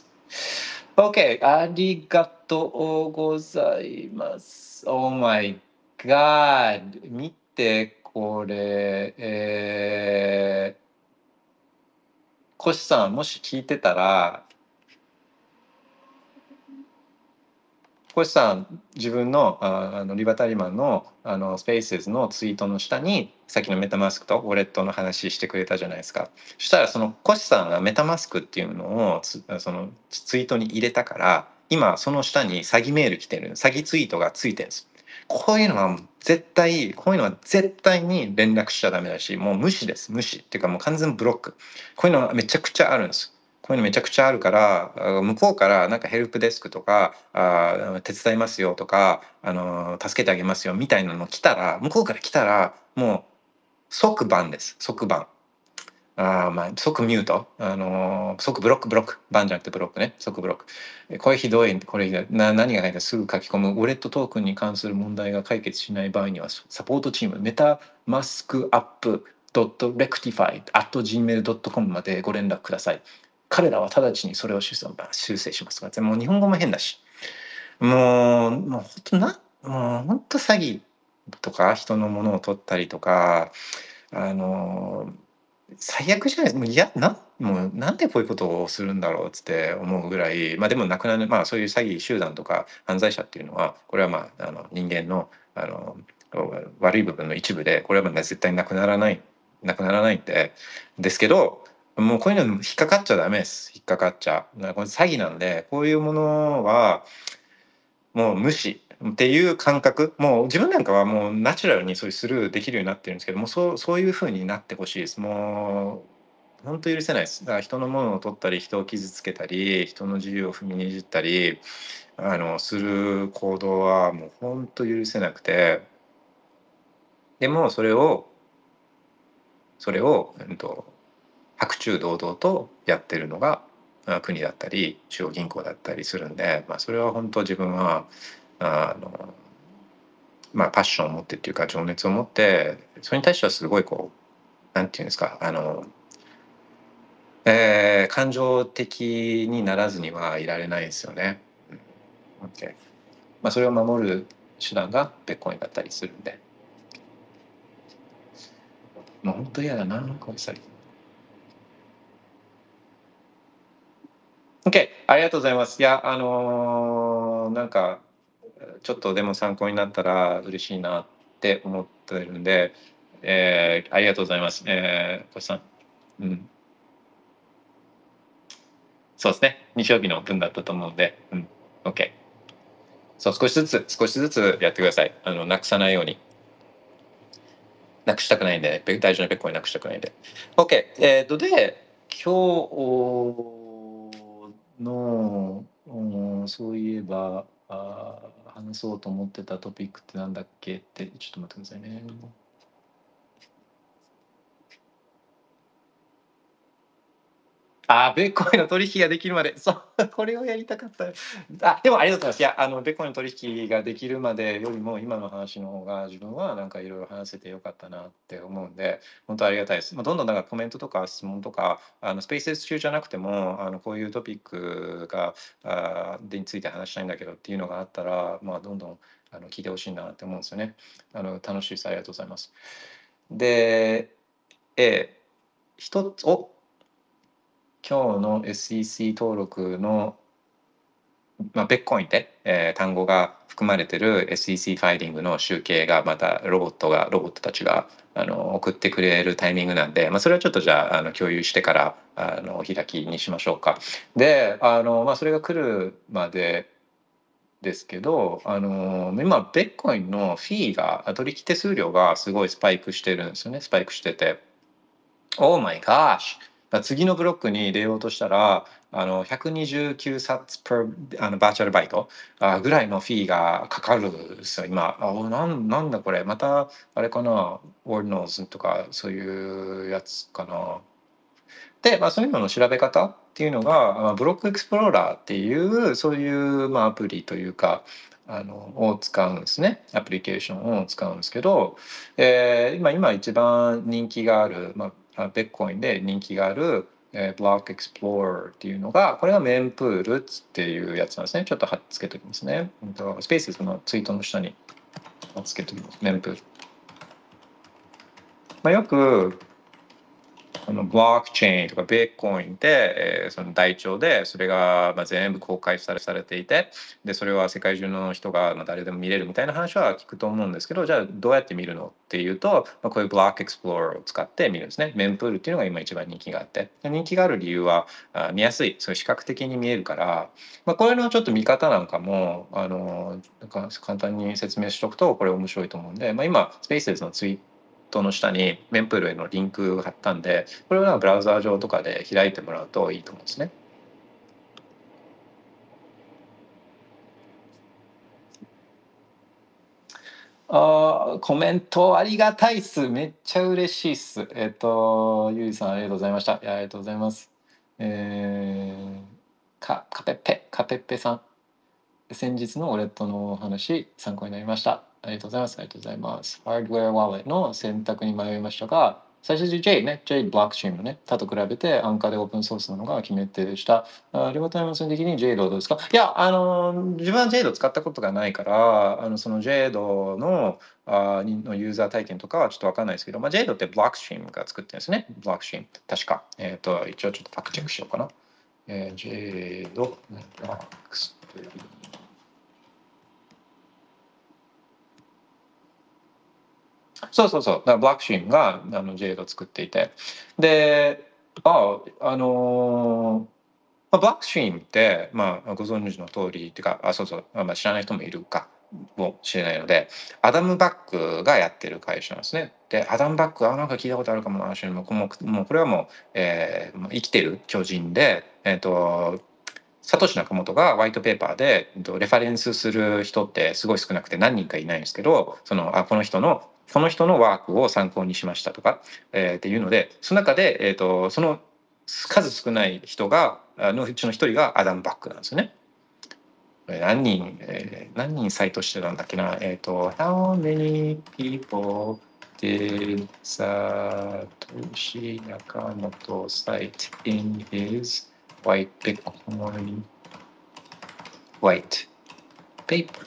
。OK、ありがとうございます。Oh my god。見て、これ、えー、コシさん、もし聞いてたら、コシさん、自分のああのリバタリマンのあのスペースのツイートの下に、さっきのメタマスクとウォレットの話してくれたじゃないですか。そしたら、そのコシさんがメタマスクっていうのをつそのツイートに入れたから、今その下に詐欺メール来てる、詐欺ツイートがついてるんです。こういうのは絶対、こういうのは絶対に連絡しちゃダメだし、もう無視です、無視。っていうかもう完全ブロック。こういうのはめちゃくちゃあるんです。 こういうのめちゃくちゃあるからあ向こうからなんかヘルプデスクとかあ手伝いますよとかあの助けてあげますよみたいなの来たら向こうから来たらもう即バンです即バン。あまあ即ミュート、あのー即ブロックブロックバンじゃなくてブロックね即ブロック。えこれひどいこれひどいな何が書いてあるすぐ書き込むウォレットトークンに関する問題が解決しない場合にはサポートチームメタマスクアップドットレクティファイアット ジーメールドットコム までご連絡ください。彼らは直ちにそれを修正修正しますがもう日本語も変だしもうもう本当なもう本当詐欺とか人のものを取ったりとかあのー最悪じゃないですもういやなもうなんでこういうことをするんだろうっつって思うぐらいまあでもなくなるまあそういう詐欺集団とか犯罪者っていうのはこれはまああの人間のあの悪い部分の一部でこれはまあ絶対なくならないなくならないんでですけどもうこういうの引っかかっちゃダメです引っかかっちゃうこれ詐欺なんでこういうものはもう無視っていう感覚もう自分なんかはもうナチュラルにそういうスルーできるようになってるんですけどもそうそういう風になってほしいですもう本当許せないですだから人のものを取ったり人を傷つけたり人の自由を踏みにじったりあのする行動はもう本当許せなくてでもそれをそれを、うんと、白昼堂々とやってるのがあ国だったり中央銀行だったりするんで、まあ、それは本当自分はあのまあパッションを持ってっていうか情熱を持ってそれに対してはすごいこうなんていうんですかあの、えー感情的にならずにはいられないですよね。うん OK まあ、それを守る手段がベッコインだったりするんでもう本当嫌だなこれさ OK ありがとうございますいやあのーなんかちょっとでも参考になったら嬉しいなって思ってるんで、えーありがとうございます。えー、星さん、うん、そうですね。日曜日の分だったと思うので、うん、OK。そう少しずつ少しずつやってください。あのなくさないように。なくしたくないんで、大事なベッコインなくしたくないんで。OK。えっ、とで今日の、うん、そういえばあ話そうと思ってたトピックってなんだっけってちょっと待ってくださいね。あー、ベッコインの取引ができるまで、そう、これをやりたかった。あ、でもありがとうございます。いや、あの、ベッコインの取引ができるまでよりも、今の話の方が、自分はなんかいろいろ話せてよかったなって思うんで、本当ありがたいです。まあ、どんどんなんかコメントとか質問とか、あの、スペース中じゃなくても、あの、こういうトピックが、あーでについて話したいんだけどっていうのがあったら、まあ、どんどんあの聞いてほしいなって思うんですよね。あの、楽しいです。ありがとうございます。で、えー一つ、お今日の エスイーシー 登録の、まあ、ベッコインで、えー単語が含まれてる エスイーシー ファイリングの集計がまたロボットがロボットたちがあの送ってくれるタイミングなんで、まあ、それはちょっとじゃあ、あの共有してからあのお開きにしましょうか。であの、まあ、それが来るまでですけどあの今ベッコインのフィーが取引手数料がすごいスパイクしてるんですよねスパイクしてて。Oh my gosh! 次のブロックに入れようとしたら、あのひゃくにじゅうきゅうサッツ per あのバーチャルバイトあぐらいのフィーがかかるんですよ、今。あ、おなんなんだこれ、またあれかな、Ordinals とかそういうやつかな。で、まあ、そういうのの調べ方っていうのが、まあブロックエクスプローラーっていうそういう、まあ、アプリというかあのを使うんですね。アプリケーションを使うんですけど、えー今今一番人気がある、まあ、ベッコインで人気がある、えー、ブロックエクスプローラーっていうのがこれがメンプールっていうやつなんですね。ちょっと貼っつけておきますね。うんとスペースのツイートの下に貼っつけておきます。メンプール。まあ、よくあのブロックチェーンとかベッコインで、えーその台帳でそれがまあ全部公開されされていてでそれは世界中の人がまあ誰でも見れるみたいな話は聞くと思うんですけどじゃあどうやって見るのっていうと、まあ、こういうブロックエクスプローラーを使って見るんですね。メンプールっていうのが今一番人気があって人気がある理由はあ見やすいそういう視覚的に見えるから、まあ、これのちょっと見方なんかもあのなんか簡単に説明しておくとこれ面白いと思うんで、まあ、今スペースのツイートの下にメンプールへのリンクを貼ったんでこれはブラウザー上とかで開いてもらうといいと思うんですね。 あコメントありがたいっす。めっちゃ嬉しいっす。えっと、ゆうさんありがとうございました。いや、ありがとうございます。えー、か、カペッペ、カペッペさん。先日のウォレットのお話、参考になりました。ありがとうございます。ありがとうございます。ハードウェアワレットの選択に迷いましたが、最初に J ね、J ブロックチェーンのね、他と比べて安価でオープンソースなのが決め手でした。あ両方対面的に J ドどうですか？いや、あの、自分は J ド使ったことがないから、あのその J ドのあのユーザー体験とかはちょっとわかんないですけど、まあ、J ドってブロックチェーンが作ってるんですね。ブロックチェーン。確か。えっ、ー、と、一応ちょっとファクトチェックしようかな。えー、J ドブロックスそうそうそう。だからブロックチェーンがあの ジェイド を作っていて。で、あ、あのーまあ、ブロックチェーンって、まあ、ご存知の通りっていうか、あ、そうそう、まあ、知らない人もいるかもしれないので、アダム・バックがやってる会社なんですね。で、アダム・バック、あ、なんか聞いたことあるかもな、もう、もうもうこれはもう、えー、生きてる巨人で、えっ、と、サトシ・ナカモトがホワイトペーパーでレファレンスする人ってすごい少なくて何人かいないんですけど、そのあこの人のこの人のワークを参考にしましたとか、えー、っていうので、その中で、えーと、その数少ない人がのうちの一人がアダム・バックなんですよね。何人、えー、何人サイトしてたんだっけな。えっ、ー、と、How many people did Satoshi Nakamoto cite in his white Bitcoin white paper?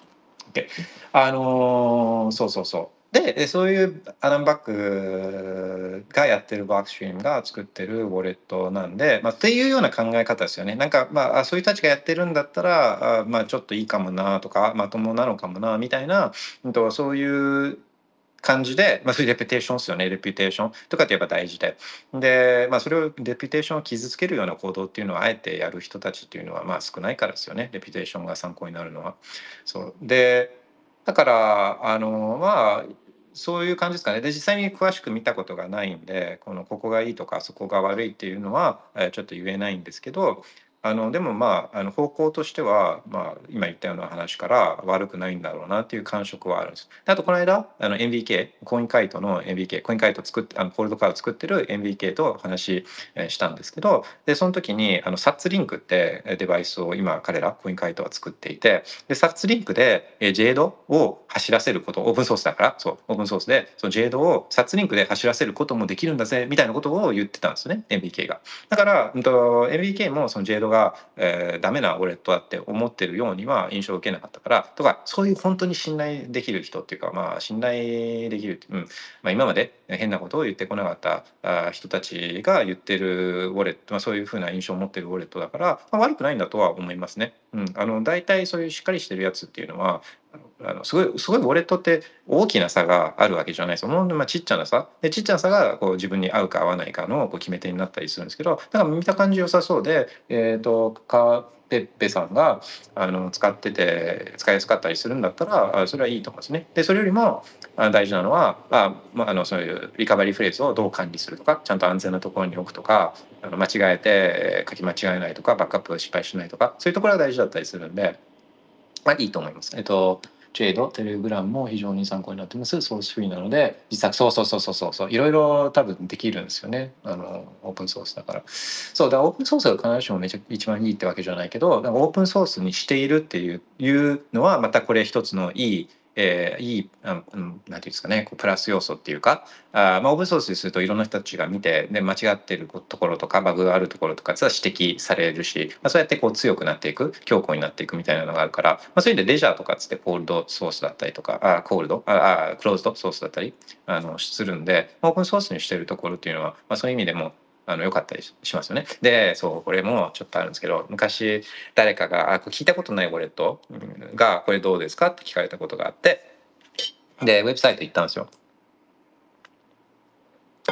Okay. あのーそうそうそう。で、そういうアダム・バックがやってるバークストリームが作ってるウォレットなんで、まあ、っていうような考え方ですよね。なんか、まあ、そういう人たちがやってるんだったら、あまあ、ちょっといいかもなとか、まともなのかもな、みたいな、そういう感じで、まあ、そういうレピュテーションですよね。レピュテーションとかってやっぱ大事で。で、まあ、それをレピュテーションを傷つけるような行動っていうのはあえてやる人たちっていうのはまあ少ないからですよね。レピュテーションが参考になるのは。そうで、だからあのまあそういう感じですかね。で、実際に詳しく見たことがないんで、このここがいいとかそこが悪いっていうのはえちょっと言えないんですけど、あのでもまああの方向としては、まあ、今言ったような話から悪くないんだろうなっていう感触はあるんです。あとこの間あの エムビーケー コインカイトの エムビーケー コインカイト作ってあのコールドカード作ってる エムビーケー と話したんですけど、でその時にあの サッツ リンクってデバイスを今彼らコインカイトは作っていて、で サッツ リンクで ジェイド を走らせること、オープンソースだから、そうオープンソースでその ジェイド を サッツ リンクで走らせることもできるんだぜみたいなことを言ってたんですね、 エムビーケー が。だから、うん、と エムビーケー もその ジェイド が、えー、ダメなウォレットだって思ってるようには印象を受けなかったからとか、そういう本当に信頼できる人っていうか、まあ信頼できる、うんまあ、今まで変なことを言ってこなかったあ人たちが言ってるウォレット、まあ、そういうふうな印象を持ってるウォレットだから、まあ、悪くないんだとは思いますね。うん、あの大体そういうしっかりしてるやつっていうのはあのすごいすごいウォレットって大きな差があるわけじゃないですよ。もうまあちっちゃな差で、ちっちゃな差がこう自分に合うか合わないかのこう決め手になったりするんですけど、だから見た感じ良さそうで、えっ、とカペッペさんがあの使ってて使いやすかったりするんだったら、あそれはいいと思うんですね。でそれよりもあ大事なのは、あまあ、あのそういうリカバリーフレーズをどう管理するとか、ちゃんと安全なところに置くとか、あの間違えて書き間違えないとか、バックアップ失敗しないとか、そういうところが大事だったりするんで、まあいいと思います。えっとジェイド、テレグラムも非常に参考になってます。ソースフリーなので、実際そうそうそうそうそうそういろいろ多分できるんですよね。あのオープンソースだから。そうだからオープンソースが必ずしもめちゃ一番いいってわけじゃないけど、オープンソースにしているっていういうのはまたこれ一つのいいえー、いい、うん、なんていうんですかね、こうプラス要素っていうか、あまあオープンソースにするといろんな人たちが見て、で間違ってるところとかバグがあるところとかは指摘されるし、まあ、そうやってこう強くなっていく、強固になっていくみたいなのがあるから、まあ、そういう意味でレジャーとかつってコールドソースだったりとか、あコールドああクローズドソースだったりあのするんで、オープンソースにしてるところっていうのは、まあ、そういう意味でもあの良かったりしますよね。で、そうこれもちょっとあるんですけど、昔誰かがあ聞いたことないウォレットがこれどうですかって聞かれたことがあって、でウェブサイト行ったんですよ。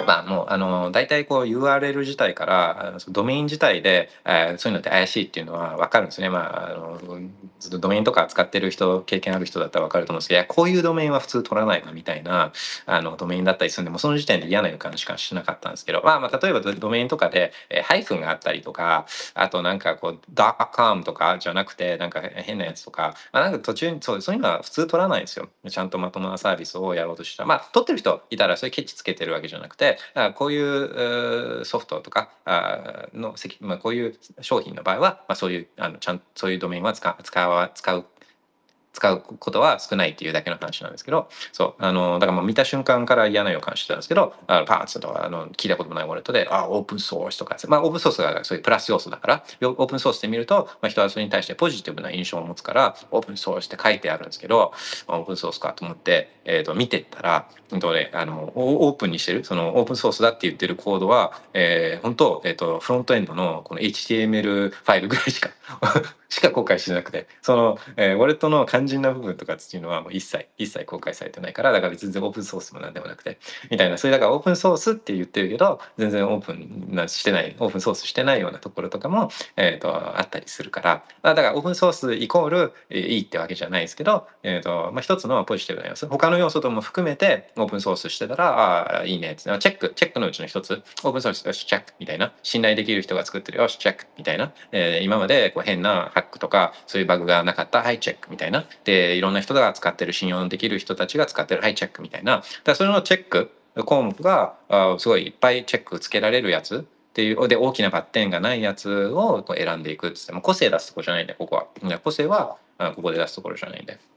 まあもうあの大体こう ユーアールエル 自体からあのそのドメイン自体で、えーそういうのって怪しいっていうのは分かるんですね。まああのずっとドメインとか使ってる人経験ある人だったら分かると思うんですけど、いやこういうドメインは普通取らないなみたいなあのドメインだったりするんで、もうその時点で嫌な予感しかしなかったんですけど、まあ、まあ例えばドドメインとかで、えーハイフンがあったりとか、あとなんかこう .com とかじゃなくてなんか変なやつとか、まあ、なんか途中にそうそういうのは普通取らないんですよ。ちゃんとまともなサービスをやろうとしたら、まあ取ってる人いたらそれケチつけてるわけじゃなくて、だからこういううーソフトとかあーのせき、まあ、こういう商品の場合は、まあ、そういうあのちゃんそういうドメインは使う使わ使う使うことは少ないっていうだけの話なんですけど、そうあのだからもう見た瞬間から嫌な予感してたんですけど、あのパーツとかあの聞いたこともないウォレットで、あオープンソースとか、まあオープンソースがそういうプラス要素だから、オープンソースで見ると、まあ、人はそれに対してポジティブな印象を持つからオープンソースって書いてあるんですけど、オープンソースかと思って、えー、と見てったら、本当ね、あのオープンにしてるそのオープンソースだって言ってるコードは、えー、本当、えー、とフロントエンドのこの エイチティーエムエル ファイルぐらいしかしか公開してなくて、その、えーウォレットの肝心な部分とかっていうのはもう一切一切公開されてないから、だから別にオープンソースもなんでもなくてみたいな、それだからオープンソースって言ってるけど全然オープンなしてないオープンソースしてないようなところとかも、えー、とあったりするから、だからオープンソースイコール、えーいいってわけじゃないですけど、えーとまあ、一つのポジティブな要素、他の要素とも含めてオープンソースしてたらああいいねって、チェックチェックのうちの一つ、オープンソースよしチェックみたいな、信頼できる人が作ってるよしチェックみたいな、えー今までこう変なハックとかそういうバグがなかったはいチェックみたいな、でいろんな人が使ってる信用できる人たちが使ってるはいチェックみたいな、だからそれのチェック項目があすごいいっぱいチェックつけられるやつっていうで、大きなバッテンがないやつをこう選んでいくっつっても、個性出すところじゃないんで、ここは個性はあここで出すところじゃないんで。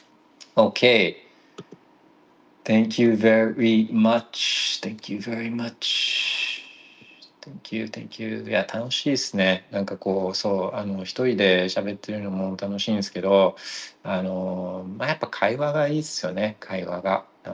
OK, thank you very much, thank you very much, thank you, thank you. いや楽しいですね。なんかこうそうあの一人で喋ってるのも楽しいんですけど、あのまあやっぱ会話がいいですよね。会話が、うん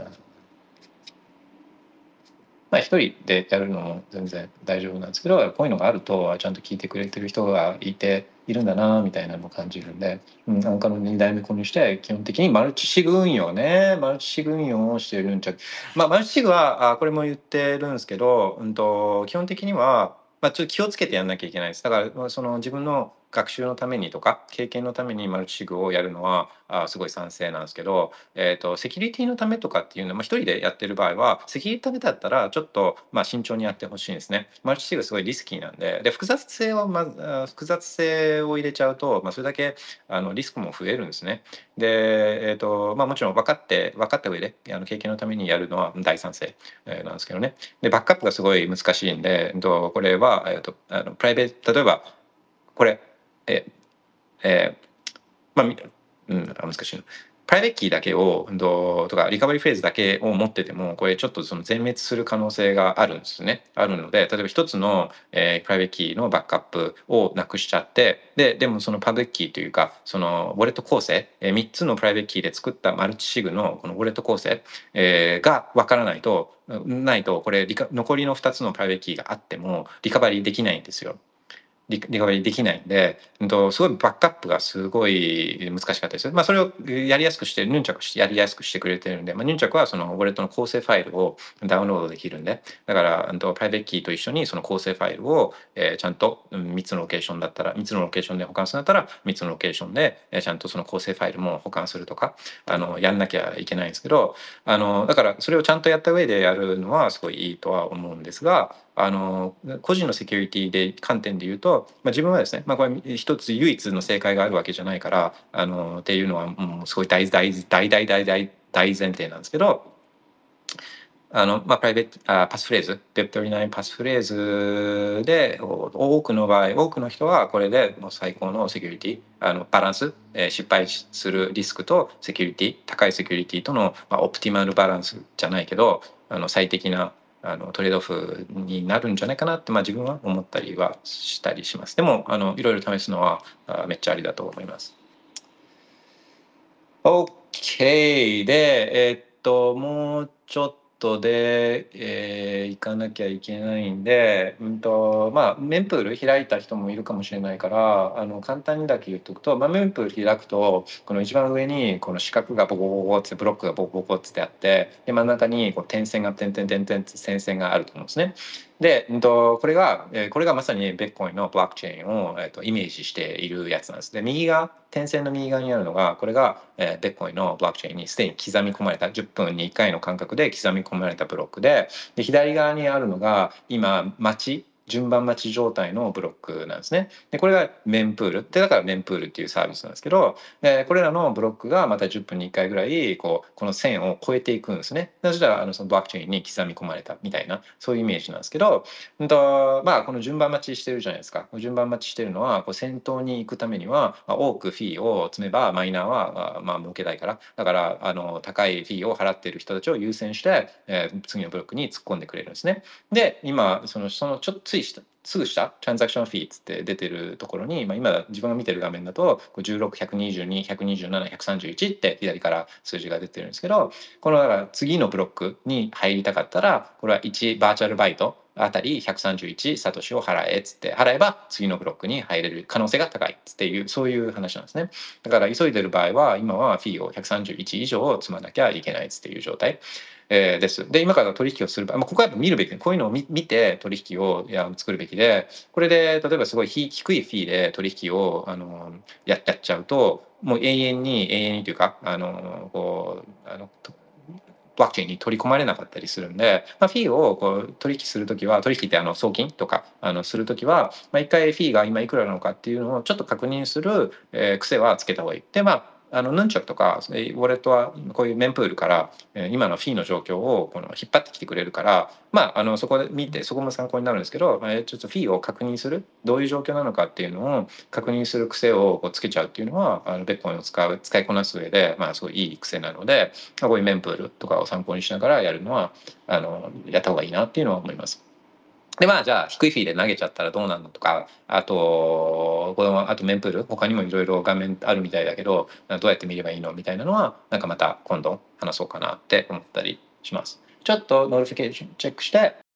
まあ一人でやるのも全然大丈夫なんですけど、こういうのがあるとちゃんと聞いてくれてる人がいているんだなみたいなのを感じるんで、うん、他のに代目子にして基本的にマルチシグ運用ね、マルチシグ運用をしているんちゃう。まあマルチシグはあこれも言ってるんですけど、うんと基本的にはまあちょっと気をつけてやんなきゃいけないです。だからその自分の学習のためにとか経験のためにマルチシグをやるのはあすごい賛成なんですけど、えー、とセキュリティのためとかっていうのは、まあ、一人でやってる場合はセキュリティのためだったらちょっとまあ慎重にやってほしいんですね。マルチシグすごいリスキーなんで、で複雑性を、まあ、複雑性を入れちゃうと、まあ、それだけあのリスクも増えるんですね。で、えーとまあ、もちろん分かって分かった上であの経験のためにやるのは大賛成、えーなんですけどね。でバックアップがすごい難しいんで、えーとこれは、えーとあのプライベート例えばこれええーまあ、みうん、あ難しいな。プライベートキーだけを、うんと、とか、リカバリーフレーズだけを持ってても、これちょっとその全滅する可能性があるんですね。あるので、例えば一つの、えープライベートキーのバックアップをなくしちゃって、で、でもそのパブリックキーというか、そのウォレット構成、えー、みっつのプライベートキーで作ったマルチシグのこのウォレット構成、えーがわからないと、ないと、これリカ、残りのふたつのプライベートキーがあっても、リカバリーできないんですよ。リリカバリーできないんで、うんと、すごいバックアップがすごい難しかったです。まあ、それをやりやすくして、ヌンチャクしてやりやすくしてくれてるんで、まあ、ヌンチャクはそのウォレットの構成ファイルをダウンロードできるんで、だから、うんと、プライベートキーと一緒にその構成ファイルを、えーちゃんとみっつのロケーションだったら、みっつのロケーションで保管するんだったら、みっつのロケーションで、えーちゃんとその構成ファイルも保管するとか、あの、やんなきゃいけないんですけど、あの、だからそれをちゃんとやった上でやるのはすごいいいとは思うんですが、あの個人のセキュリティで観点で言うと、まあ、自分はですね、まあ、これ一つ唯一の正解があるわけじゃないからあのっていうのはもうすごい大大大大大大大前提なんですけど、あのまあ、プライベートあパスフレーズ ウェブさんじゅうきゅう パスフレーズで多くの場合多くの人はこれでもう最高のセキュリティあのバランス、えー失敗するリスクとセキュリティ高いセキュリティとの、まあ、オプティマルバランスじゃないけどあの最適なあのトレードオフになるんじゃないかなって、まあ、自分は思ったりはしたりします。でもあのいろいろ試すのはあめっちゃありだと思います。OK でえーっともうちょっトで、えー行かなきゃいけないんで、うんとまあ、メンプール開いた人もいるかもしれないからあの簡単にだけ言っとくと、まあ、メンプール開くとこの一番上にこの四角がボコボコってブロックがボコボコってあってで真ん中にこう点線が点々点々って線線があると思うんですね。で、うんと、これが、えーこれがまさにビットコインのブロックチェーンを、えーと、イメージしているやつなんです。で、右側、点線の右側にあるのが、これが、えービットコインのブロックチェーンにすでに刻み込まれた、じゅっぷんにいっかいの間隔で刻み込まれたブロックで、で左側にあるのが、今、待ち、順番待ち状態のブロックなんですね。で、これがメンプール。で、だからメンプールっていうサービスなんですけど、えーこれらのブロックがまたじゅっぷんにいっかいぐらいこうこの線を越えていくんですね。そしたらあのそのブロックチェーンに刻み込まれたみたいなそういうイメージなんですけど、うんとまあ、この順番待ちしてるじゃないですか。順番待ちしてるのはこう先頭に行くためには、まあ、多くフィーを積めばマイナーはあまあ儲けたいからだからあの高いフィーを払っている人たちを優先して、えー次のブロックに突っ込んでくれるんですね。で今そのそのちょっとついしたすぐ下トランザクションフィーって出てるところに、まあ、今自分が見てる画面だとこうじゅうろく、ひゃくにじゅうに、ひゃくにじゅうなな、ひゃくさんじゅういちって左から数字が出てるんですけど、このだから次のブロックに入りたかったらこれはいちバーチャルバイトあたりひゃくさんじゅういちサトシを払えっつって払えば次のブロックに入れる可能性が高いっていうそういう話なんですね。だから急いでる場合は今はフィーをひゃくさんじゅういち以上積まなきゃいけないっていう状態。えーです。で、今から取引をする場合、まあ、ここはやっぱ見るべき、こういうのを見見て取引をいや作るべきで、これで例えばすごい低いフィーで取引をあのややっちゃうと、もう永遠に永遠にというか、あのこうあのブロックチェーンに取り込まれなかったりするんで、まあ、フィーをこう取引するときは、取引ってあの送金とかあのするときは、まあ、一回フィーが今いくらなのかっていうのをちょっと確認する、えー癖はつけた方がいい。で、まああのヌンチョクとかウォレットはこういうメンプールからえー今のフィーの状況をこの引っ張ってきてくれるから、まあ、あのそこで見てそこも参考になるんですけど、まあ、ちょっとフィーを確認するどういう状況なのかっていうのを確認する癖をこうつけちゃうっていうのはあのベッコインを使う使いこなす上で、まあ、すごいいい癖なので、まあこういうメンプールとかを参考にしながらやるのはあのやった方がいいなっていうのは思います。でまあじゃあ低いフィーで投げちゃったらどうなるのとか、あとこのあとメンプール他にもいろいろ画面あるみたいだけどどうやって見ればいいのみたいなのはなんかまた今度話そうかなって思ったりします。ちょっとノーティフィケーションチェックして